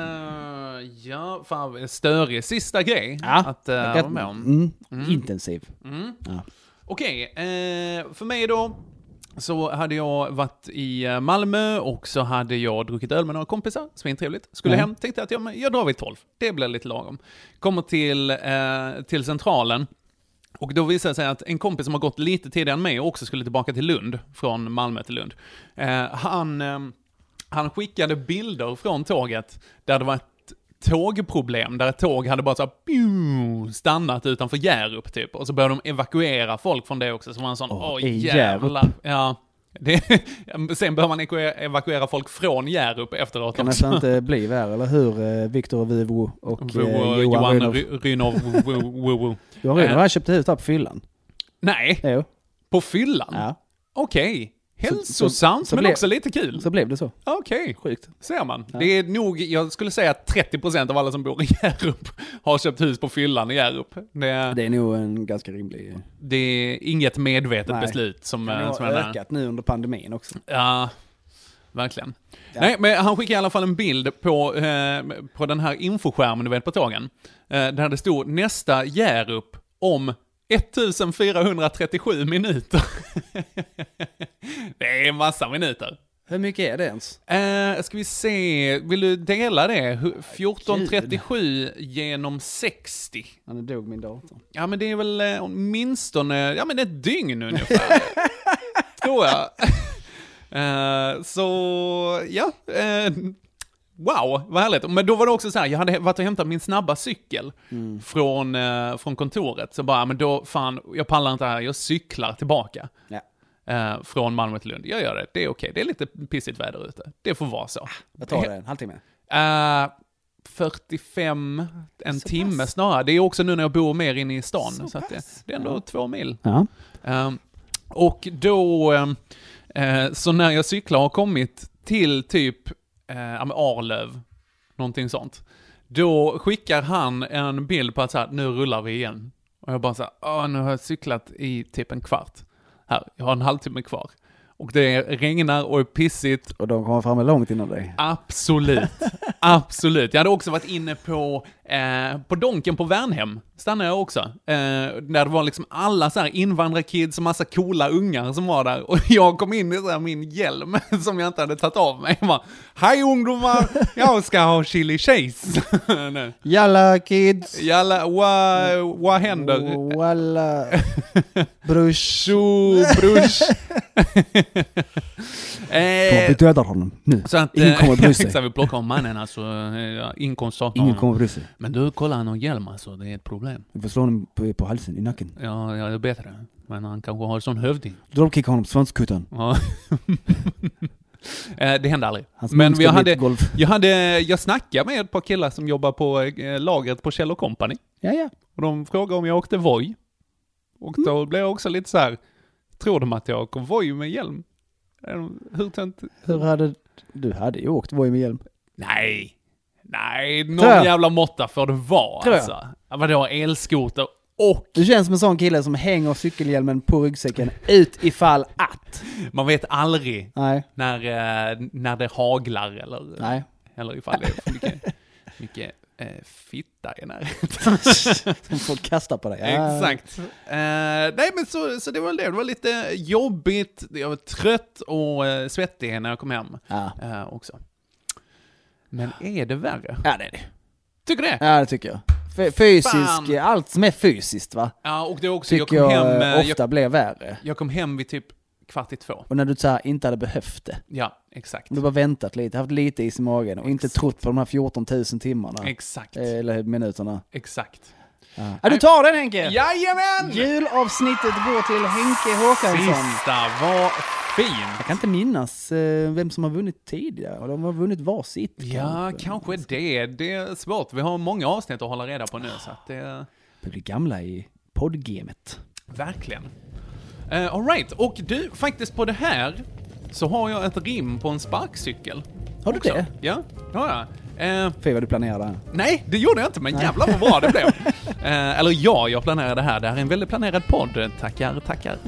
S6: Fan, störig sista grej att vara med om.
S7: Intensiv.
S6: Okej, för mig då så hade jag varit i Malmö och så hade jag druckit öl med några kompisar. Svintrevligt. Skulle hem, tänkte att jag drar vid 12. Det blir lite lagom. Kommer till centralen. Och då visade det sig att en kompis som har gått lite tidigare än mig och också skulle tillbaka till Lund, från Malmö till Lund. Han skickade bilder från tåget där det var ett tågproblem, där ett tåg hade bara så här, stannat utanför Hjärup typ. Och så började de evakuera folk från det också. Så var en sån, jävlar. Ja. Sen behöver man evakuera folk från Hjärup efteråt
S7: kan
S6: också.
S7: Kan nästan inte bli värre, eller hur? Viktor Vivo och
S6: Johan Rynov.
S7: Johan Rynov har köpt hus där på fyllan.
S6: Nej,
S7: jo.
S6: På fyllan?
S7: Ja.
S6: Okej. Hälsosamt, men också lite kul.
S7: Så blev det så.
S6: Okej.
S7: Sjukt.
S6: Ser man. Ja. Det är nog, jag skulle säga att 30% av alla som bor i Hjärup har köpt hus på fyllan i Hjärup. Det är
S7: nog en ganska rimlig...
S6: Det är inget medvetet beslut som
S7: har ökat nu under pandemin också.
S6: Ja, verkligen. Ja. Nej, men han skickade i alla fall en bild på den här infoskärmen du vet på tågen. Där det stod nästa Hjärup om 1437 minuter. Det är en massa minuter.
S7: Hur mycket är det ens?
S6: Ska vi se, vill du dela det? 1437 genom 60.
S7: Ja, nu dog min dator.
S6: Ja, men det är väl åtminstone, ja men ett dygn ungefär. Tror jag. Så, ja. Wow, vad härligt. Men då var det också så här, jag hade varit och hämtat min snabba cykel från kontoret. Så bara, men då, fan, jag pallar inte här, jag cyklar tillbaka. Ja. Från Malmö till Lund. Jag gör det, det är okej. Det är lite pissigt väder ute. Det får vara så.
S7: Vad tar det, en halvtimme?
S6: 45, en timme snarare. Det är också nu när jag bor mer inne i stan. Så att det är ändå 2 mil.
S7: Ja.
S6: Och då, så när jag cyklar har kommit till typ Arlöv, någonting sånt. Då skickar han en bild på att så här, nu rullar vi igen. Och jag bara så här, nu har jag cyklat i typ en kvart. Här, jag har en halvtimme kvar. Och det regnar och är pissigt.
S7: Och de kommer fram långt innan dig.
S6: Absolut. Absolut. Jag hade också varit inne på Donken på Värnhem. Stannade jag också. Där det var liksom alla så här invandrarkids och massa coola ungar som var där. Och jag kom in i så här min hjälm som jag inte hade tagit av mig. Jag bara, hej ungdomar, jag ska ha chili cheese.
S7: Jalla kids.
S6: Jalla, vad händer?
S7: Walla. Brush.
S6: Brush.
S7: Vi dödar honom nu.
S6: Så att,
S7: ingen kommer bry sig.
S6: Så vi plockar om mannen, alltså inkomst.
S7: Ingen kommer bry sig.
S6: Men du, kolla han har hjälm, alltså, det är ett problem.
S7: Vi får slå honom på halsen, i nacken.
S6: Ja, det är bättre. Men han kanske har sån hövding.
S7: Dropkicka honom på svanskuttan.
S6: Ja. Det hände aldrig. Men jag snackade med ett par killar som jobbar på lagret på Kjell & Company.
S7: Ja.
S6: Och de frågade om jag åkte Voi. Och då blev jag också lite så här, tror de att jag åker Voi med hjälm?
S7: Hur hade du ju åkt Voi med hjälm?
S6: Nej, någon jävla måtta får det vara alltså. Vadå, elskoter och...
S7: Du känns som en sån kille som hänger cykelhjälmen på ryggsäcken ut ifall att...
S6: Man vet aldrig.
S7: Nej.
S6: När det haglar eller...
S7: Nej.
S6: Eller ifall det är mycket fitta i närheten.
S7: Som får kasta på dig.
S6: Exakt. Nej, men så det var det. Det var lite jobbigt. Jag var trött och svettig när jag kom hem. Också. Men är det värre?
S7: Ja, det är det.
S6: Tycker du det?
S7: Ja, det tycker jag. Fysisk, allt som är fysiskt, va?
S6: Ja, och det är också,
S7: tycker jag ofta blir värre.
S6: Jag kom hem vid typ 1:45.
S7: Och när du så här, inte hade behövt det.
S6: Ja, exakt.
S7: Du bara väntat lite, haft lite is i magen och inte trott på de här 14 000 timmarna.
S6: Exakt.
S7: Eller minuterna.
S6: Exakt.
S7: Ja, du tar den, Henke!
S6: Jajamän!
S7: Julavsnittet går till Henke Håkansson.
S6: Sista, vad fint!
S7: Jag kan inte minnas vem som har vunnit tidigare. Och de har vunnit varsitt.
S6: Ja, kanske det. Det är svårt. Vi har många avsnitt att hålla reda på nu. Så att det
S7: blir gamla i poddgamet.
S6: Verkligen. All right. Och du, faktiskt på det här så har jag ett rim på en sparkcykel.
S7: Har du
S6: också.
S7: Det?
S6: Ja, ja.
S7: För vad du planerade här.
S6: Nej, det gjorde jag inte, men jävlar vad bra det blev. Eller jag planerade det här. Det här är en väldigt planerad podd. Tackar.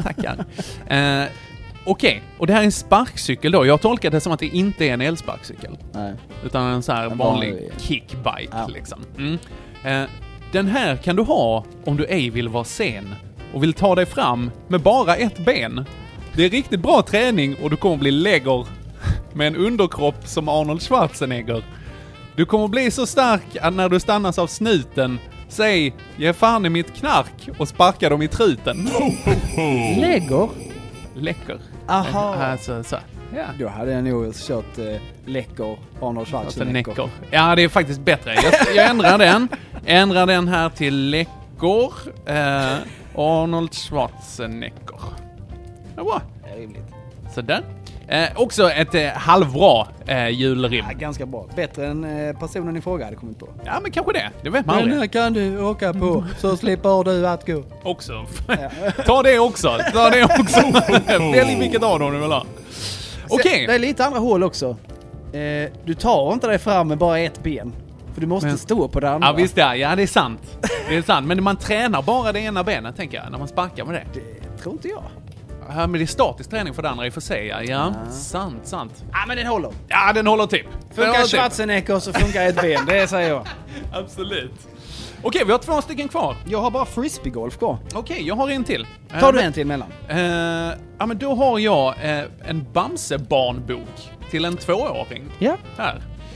S6: Okej, och det här är en sparkcykel då. Jag tolkar det som att det inte är en elsparkcykel.
S7: Nej.
S6: Utan en så här vanlig kickbike liksom. Den här kan du ha om du ej vill vara sen och vill ta dig fram med bara ett ben. Det är riktigt bra träning och du kommer bli lägger med en underkropp som Arnold Schwarzenegger. Du kommer bli så stark att när du stannas av snuten, säg ge fan i mitt knark och sparka dem i truten.
S7: Lägger?
S6: Läcker.
S7: Aha.
S6: Alltså, så. Ja.
S7: Då hade jag nog kört läcker Arnold Schwarzenegger.
S6: Ja, det är faktiskt bättre. Jag ändrar den. Ändrar den här till läcker Arnold Schwarzenegger. Ja, bra.
S7: Det är rimligt.
S6: Så där. Också ett halvbra julrim.
S7: Ja, ganska bra. Bättre än personen i fråga hade kommit på.
S6: Ja, men kanske det. Det vet man aldrig.
S7: Men här kan du åka på, så slipper du att gå.
S6: Också. Ta det också. Välj vilket av dem du vill ha. Okej.
S7: Det är lite andra hål också. Du tar inte dig fram med bara ett ben. För du måste stå på det andra.
S6: Ja, visst det. Ja, det är sant. Det är sant. Men man tränar bara det ena benet, tänker jag, när man sparkar med det.
S7: Det tror inte jag.
S6: Ja, men det är statisk träning för det andra i och för sig. Ja, sant.
S7: Ja, men den håller.
S6: Ja, den håller typ.
S7: Funkar Schwarzenegger så funkar ett ben, det säger jag.
S6: Absolut. Okej, vi har 2 stycken kvar.
S7: Jag har bara frisbeegolf kvar.
S6: Okej, jag har en till.
S7: Tar du en till mellan?
S6: Ja, men då har jag en Bamse-barnbok till en 2-åring.
S7: Ja.
S6: Här.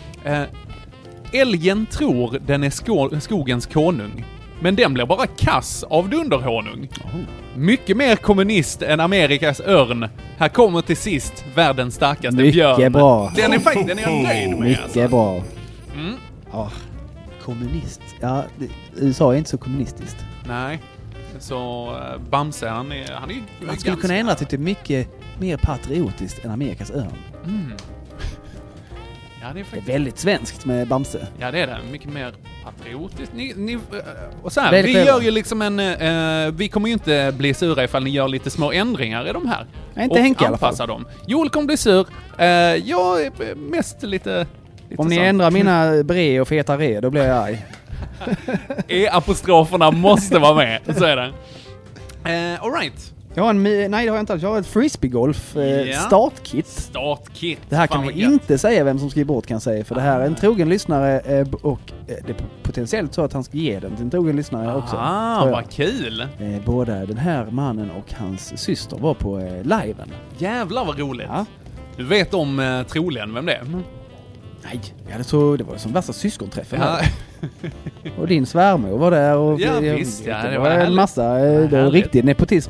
S6: Älgen tror den är skogens konung. Men den blir bara kass av dunderhonung. Mycket mer kommunist än Amerikas örn. Här kommer till sist världens starkaste björn.
S7: Mycket bra.
S6: Den är faktiskt jag nöjd med.
S7: Mycket bra.
S6: Mm.
S7: Ja, kommunist. Ja, USA är inte så kommunistiskt.
S6: Nej. Så Bamse, han är
S7: man skulle kunna ändra till mycket mer patriotiskt än Amerikas örn.
S6: Mm. Ja, det är
S7: väldigt svenskt med Bamse.
S6: Ja, det är det. Mycket mer patriotiskt. Och så här, vi gör ju liksom vi kommer ju inte bli sura ifall ni gör lite små ändringar i de här.
S7: Inte Henke i alla fall.
S6: Dem. Joel kommer bli sur. Jag är mest lite
S7: om ni ändrar mina bre och feta re, då blir jag arg.
S6: E-apostroferna måste vara med. Så är det. All right.
S7: Jag har nej, det har jag inte alls. Jag har ett frisbeegolf startkit. Det här kan vi inte säga vem som skriver bort, kan säga. För det här är en trogen lyssnare och det är potentiellt så att han ska ge den till en trogen lyssnare också.
S6: Vad kul!
S7: Båda den här mannen och hans syster var på liven.
S6: Jävlar vad roligt. Ja. Du vet om troligen vem det är?
S7: Nej, det var som värsta syskonträffen. Ja. Och din svärmor var där. Och det var en massa riktig nepotism.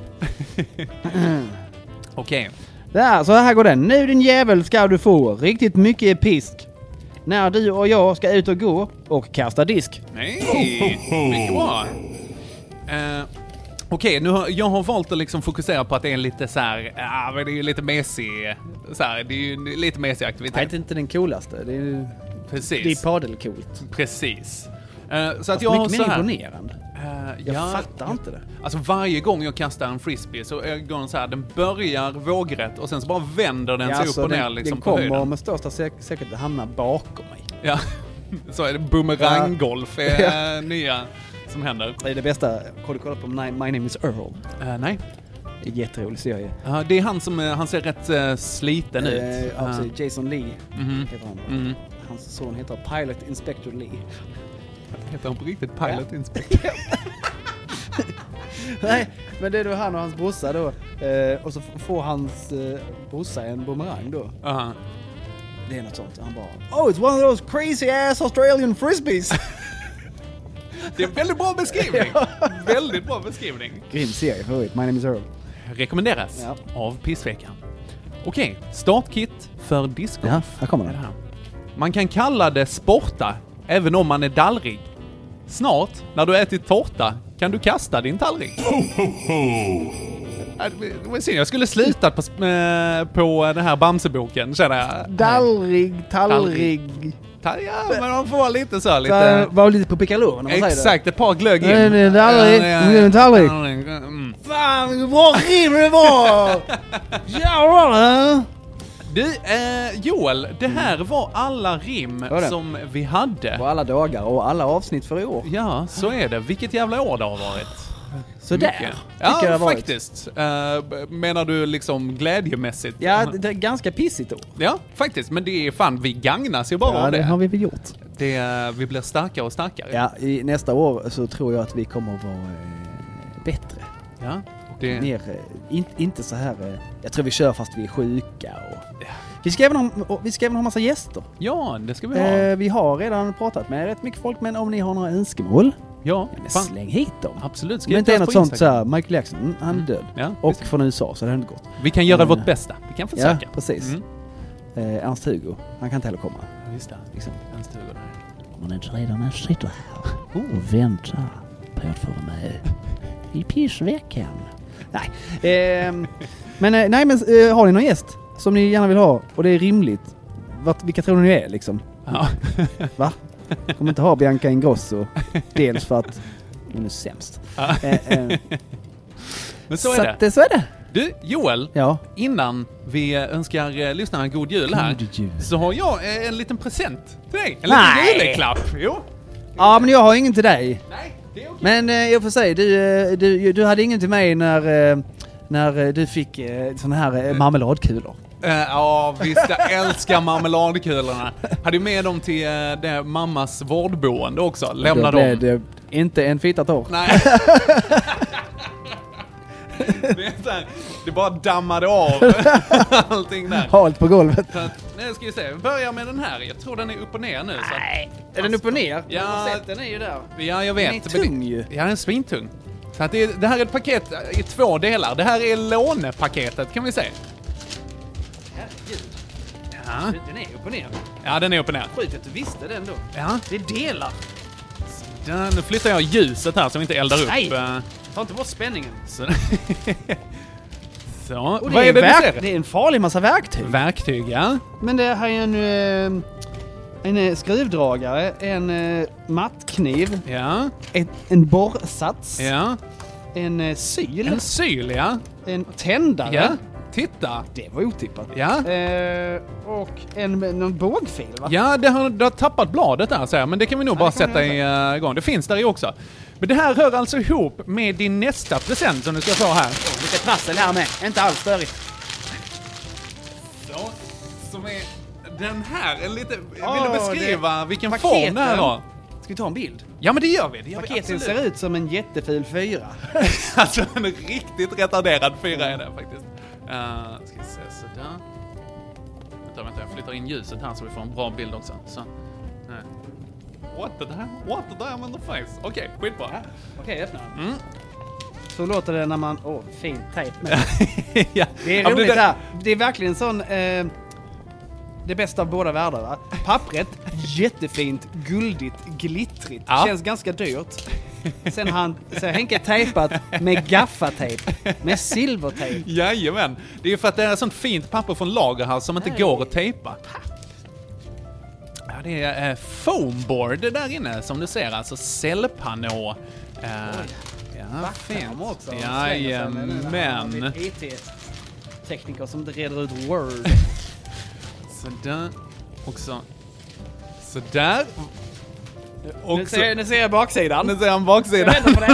S6: Okej.
S7: Där, så här går den. Nu din jävel ska du få riktigt mycket pisk. När du och jag ska ut och gå och kasta disk.
S6: Nej, mycket bra. Okej, nu jag har valt att liksom fokusera på att det är lite så här, det är ju lite mesig, så här, det är ju lite mesig aktivitet.
S7: Det är inte den coolaste, det är ju
S6: precis.
S7: Det är padelcoolt.
S6: Precis. Så att jag har
S7: mycket
S6: så här,
S7: mer imponerande. Jag fattar inte det.
S6: Alltså varje gång jag kastar en frisbee så går den så här, den börjar vågrätt och sen så bara vänder den sig upp och ner liksom på höjden.
S7: Den kommer med största säkerhet att hamna bakom mig.
S6: Ja, så är det boomeranggolf är nya som händer.
S7: Det är det bästa. Har du kollat på My Name is Earl?
S6: Nej.
S7: Det är jätterolig serie.
S6: Det är han som han ser rätt sliten ut.
S7: Jason Lee heter han. Hans son heter Pilot Inspector Lee.
S6: Heter han på riktigt Pilot Inspector?
S7: Nej, men det är då han och hans brorsa då. Och så får hans brorsa en boomerang då. Det är något sånt. Han bara, it's one of those crazy ass Australian frisbees.
S6: Det är en väldigt bra beskrivning. Väldigt bra beskrivning.
S7: Grym serie för övrigt. My Name is Earl.
S6: Rekommenderas av Pissveckan. Okej, startkit för discgolf.
S7: Ja, här kommer det.
S6: Man kan kalla det sporta även om man är dallrig. Snart, när du ätit tårta, kan du kasta din tallrik. Jag skulle sluta på den här Bamseboken, känner jag.
S7: Dallrig, tallrig.
S6: Ja, men man får lite så lite...
S7: Var lite på pickalå när man säger det.
S6: Exakt, ett par glögg in.
S7: Nej, dallrig. Fan, vad rim det var! Ja,
S6: du, Joel, det här var alla rim som vi hade.
S7: Och alla dagar och alla avsnitt för i år.
S6: Ja, så är det. Vilket jävla år det har varit.
S7: Så där.
S6: Ja, faktiskt. Menar du liksom glädjemässigt?
S7: Ja, det är ganska pissigt då.
S6: Ja, faktiskt. Men det är fan, vi gagnas ju bara av det.
S7: Ja, det har vi väl gjort.
S6: Vi blir starkare och starkare.
S7: Ja, i nästa år så tror jag att vi kommer att vara bättre.
S6: Ja.
S7: Mer, inte så här. Jag tror vi kör fast vi är sjuka. Vi ska även ha massa gäster.
S6: Ja, det ska vi ha.
S7: Vi har redan pratat med rätt mycket folk, men om ni har några önskemål, släng hit dem.
S6: Absolut.
S7: Men inte är något sånt så här, Michael Jackson, han är död. Ja, och från USA, så det har inte gått.
S6: Vi kan göra vårt bästa. Vi kan försöka.
S7: Ja, precis. Ernst-Hugo, han kan inte heller komma.
S6: Just det. Liksom. Ernst-Hugo där.
S7: Om man inte redan sitter här och väntar på att få vara med i Pissveckan. Nej. Men har ni någon gäst som ni gärna vill ha och det är rimligt? Vilka tror ni är liksom?
S6: Ja.
S7: Va? Kommer inte ha Bianca Ingrosso. Dels för att hon är sämst.
S6: Men så är det.
S7: Så är det.
S6: Du, Joel,
S7: ja.
S6: Innan vi önskar lyssnarna en god jul här, så har jag en liten present till dig. En liten juleklapp. Jo.
S7: Ja, men jag har ingen till dig.
S6: Nej, det är okej.
S7: Men jag får säga, du hade ingen till mig när du fick såna här marmeladkulor.
S6: Ja, visst, jag älskar marmeladkulorna. Hade ju med dem till det mammas vårdboende också. Lämna dem.
S7: Det inte en fitta torr.
S6: Nej. Det bara dammade av allting där.
S7: Halt på golvet.
S6: Så att, nu ska vi se, vi börjar med den här. Jag tror den är upp och ner nu.
S7: Nej, är den upp och ner?
S6: Ja,
S7: den är ju där.
S6: Ja, jag vet.
S7: Den är tung ju.
S6: Ja, den är svintung. Så att det här är ett paket i 2 delar. Det här är lånepaketet, kan vi säga.
S7: Herregud.
S6: Ja.
S7: Den är upp och ner.
S6: Ja, den är upp och ner.
S7: Sjukt att du visste den då.
S6: Ja.
S7: Det är delar.
S6: Nu flyttar jag ljuset här så vi inte eldar upp.
S7: Nej, ta inte bort spänningen.
S6: Så.
S7: Och
S6: vad är det du ser?
S7: Det är en farlig massa verktyg.
S6: Verktyg, ja.
S7: Men det här är en skruvdragare, en mattkniv,
S6: ja.
S7: En borrsats,
S6: ja.
S7: En syl.
S6: En syl, ja.
S7: En tändare.
S6: Ja. Titta.
S7: Det var otippat.
S6: Ja.
S7: Och någon bågfil, va?
S6: Ja, det har tappat bladet där, så här, men det kan vi nog bara sätta igång. Det finns där i också. Men det här hör alltså ihop med din nästa present som du ska få här.
S7: Lite trassel här med. Inte alls störigt.
S6: Så, som är den här. Vill du beskriva vilken
S7: paketen.
S6: Form det här har?
S7: Ska vi ta en bild?
S6: Ja, men det gör vi.
S7: Paketen ser ut som en jättefil 4.
S6: Alltså en riktigt retarderad 4 är det faktiskt. Ska vi se sådär. Vänta, jag flyttar in ljuset här så vi får en bra bild också. Så. What the diamond of face? Okej, skitbra.
S7: Okej, öppna den. Så låter det när man... fint tejp med.
S6: Ja.
S7: Det är roligt här. Det är verkligen sån... det bästa av båda världar, va? Pappret, jättefint, guldigt, glittrigt.
S6: Ja.
S7: Känns ganska dyrt. Sen har Henke tejpat med gaffatejp, med silvertejp.
S6: Jajamän. Det är för att det är sånt fint papper från Lagerhaus som inte går att tejpa. Ja, det är foamboard det där inne som du ser, alltså cellpanå. Ja, fint.
S7: Också.
S6: Jajamän.
S7: IT-tekniker som inte reder ut Word.
S6: Sådär. Också. Sådär.
S7: Också. Nu ser jag baksidan.
S6: Nu ser jag baksidan.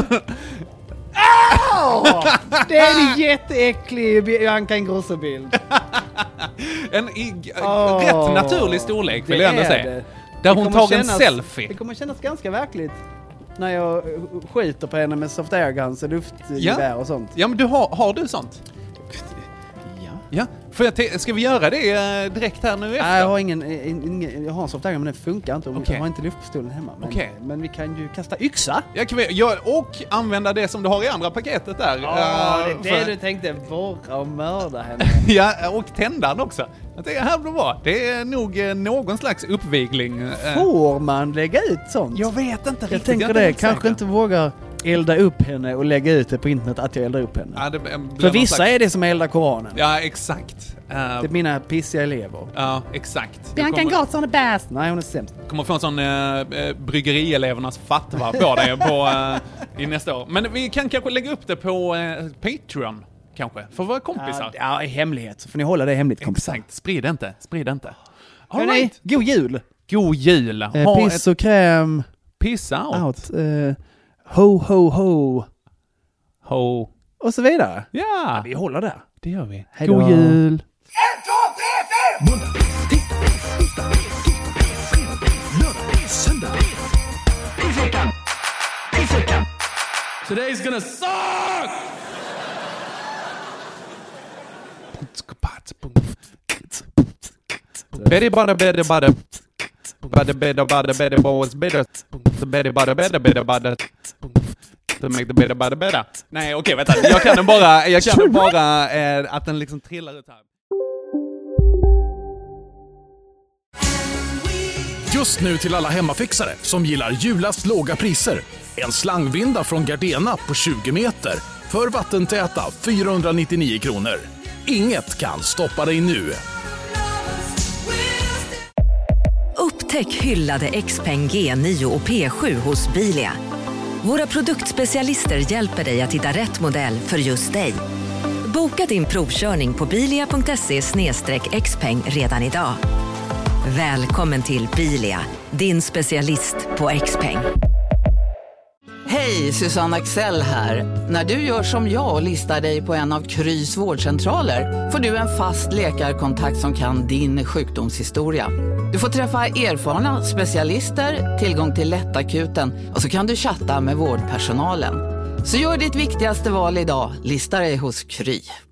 S7: Det är en jätteäcklig Bianca Ingrosso-bild.
S6: En rätt naturlig storlek vill jag ändå säga.
S7: Det.
S6: Där hon tar en selfie.
S7: Det kommer kännas ganska verkligt när jag skjuter på henne med soft air guns och luftgevär och sånt.
S6: Ja, men har du sånt? Ja. Ska vi göra det direkt här nu efter?
S7: Nej, jag har en soft air gun men den funkar inte. Jag har inte luftpistolen hemma. Men vi kan ju kasta yxa.
S6: Och använda det som du har i andra paketet där.
S7: Det är det du tänkte, borra och mörda henne.
S6: Ja, och tändan också. Det här blir bra. Det är nog någon slags uppvigling.
S7: Får man lägga ut sånt?
S6: Jag vet inte riktigt.
S7: Jag tänker det. Kanske inte vågar elda upp henne och lägga ut det på internet att jag eldar upp henne.
S6: Ja,
S7: för vissa är det som eldar Koranen.
S6: Ja, exakt.
S7: Det är mina pissiga elever.
S6: Ja, exakt.
S7: Bianca Ingrosso är bäst. Nej, hon är sämst.
S6: Kommer få en sån bryggerielevernas fatwa på dig i nästa år. Men vi kan kanske lägga upp det på Patreon. Kanske, för våra kompisar.
S7: Ja, i hemlighet. Så får ni hålla det hemligt, kompisar.
S6: Exakt, sprid inte.
S7: All right. God jul!
S6: God jul!
S7: Piss och kräm.
S6: Piss out.
S7: Ho, ho, ho.
S6: Ho.
S7: Och så vidare.
S6: Ja.
S7: Vi håller där.
S6: Det gör vi.
S7: Hejdå. God jul! 1, 2, 3, 4!
S9: Måndag, tisdag, onsdag, lördag, söndag. I veckan.
S6: Today's gonna suck! Betty bada bada bada bada bada bada bada was better. Betty bada bada bada bada to make the bada bada bada. Nej, okej, vänta. Jag kan bara att den liksom trillar ut här.
S5: Just nu till alla hemmafixare som gillar Julas låga priser. En slangvinda från Gardena på 20 meter För vattentäta 499 kronor. Inget kan stoppa dig nu.
S13: Upptäck hyllade XPeng G9 och P7 hos Bilia. Våra produktspecialister hjälper dig att hitta rätt modell för just dig. Boka din provkörning på bilia.se/xpeng redan idag. Välkommen till Bilia, din specialist på XPeng.
S14: Hej, Susanne Axel här. När du gör som jag och listar dig på en av Krys vårdcentraler får du en fast läkarkontakt som kan din sjukdomshistoria. Du får träffa erfarna specialister, tillgång till lättakuten och så kan du chatta med vårdpersonalen. Så gör ditt viktigaste val idag, lista dig hos Kry.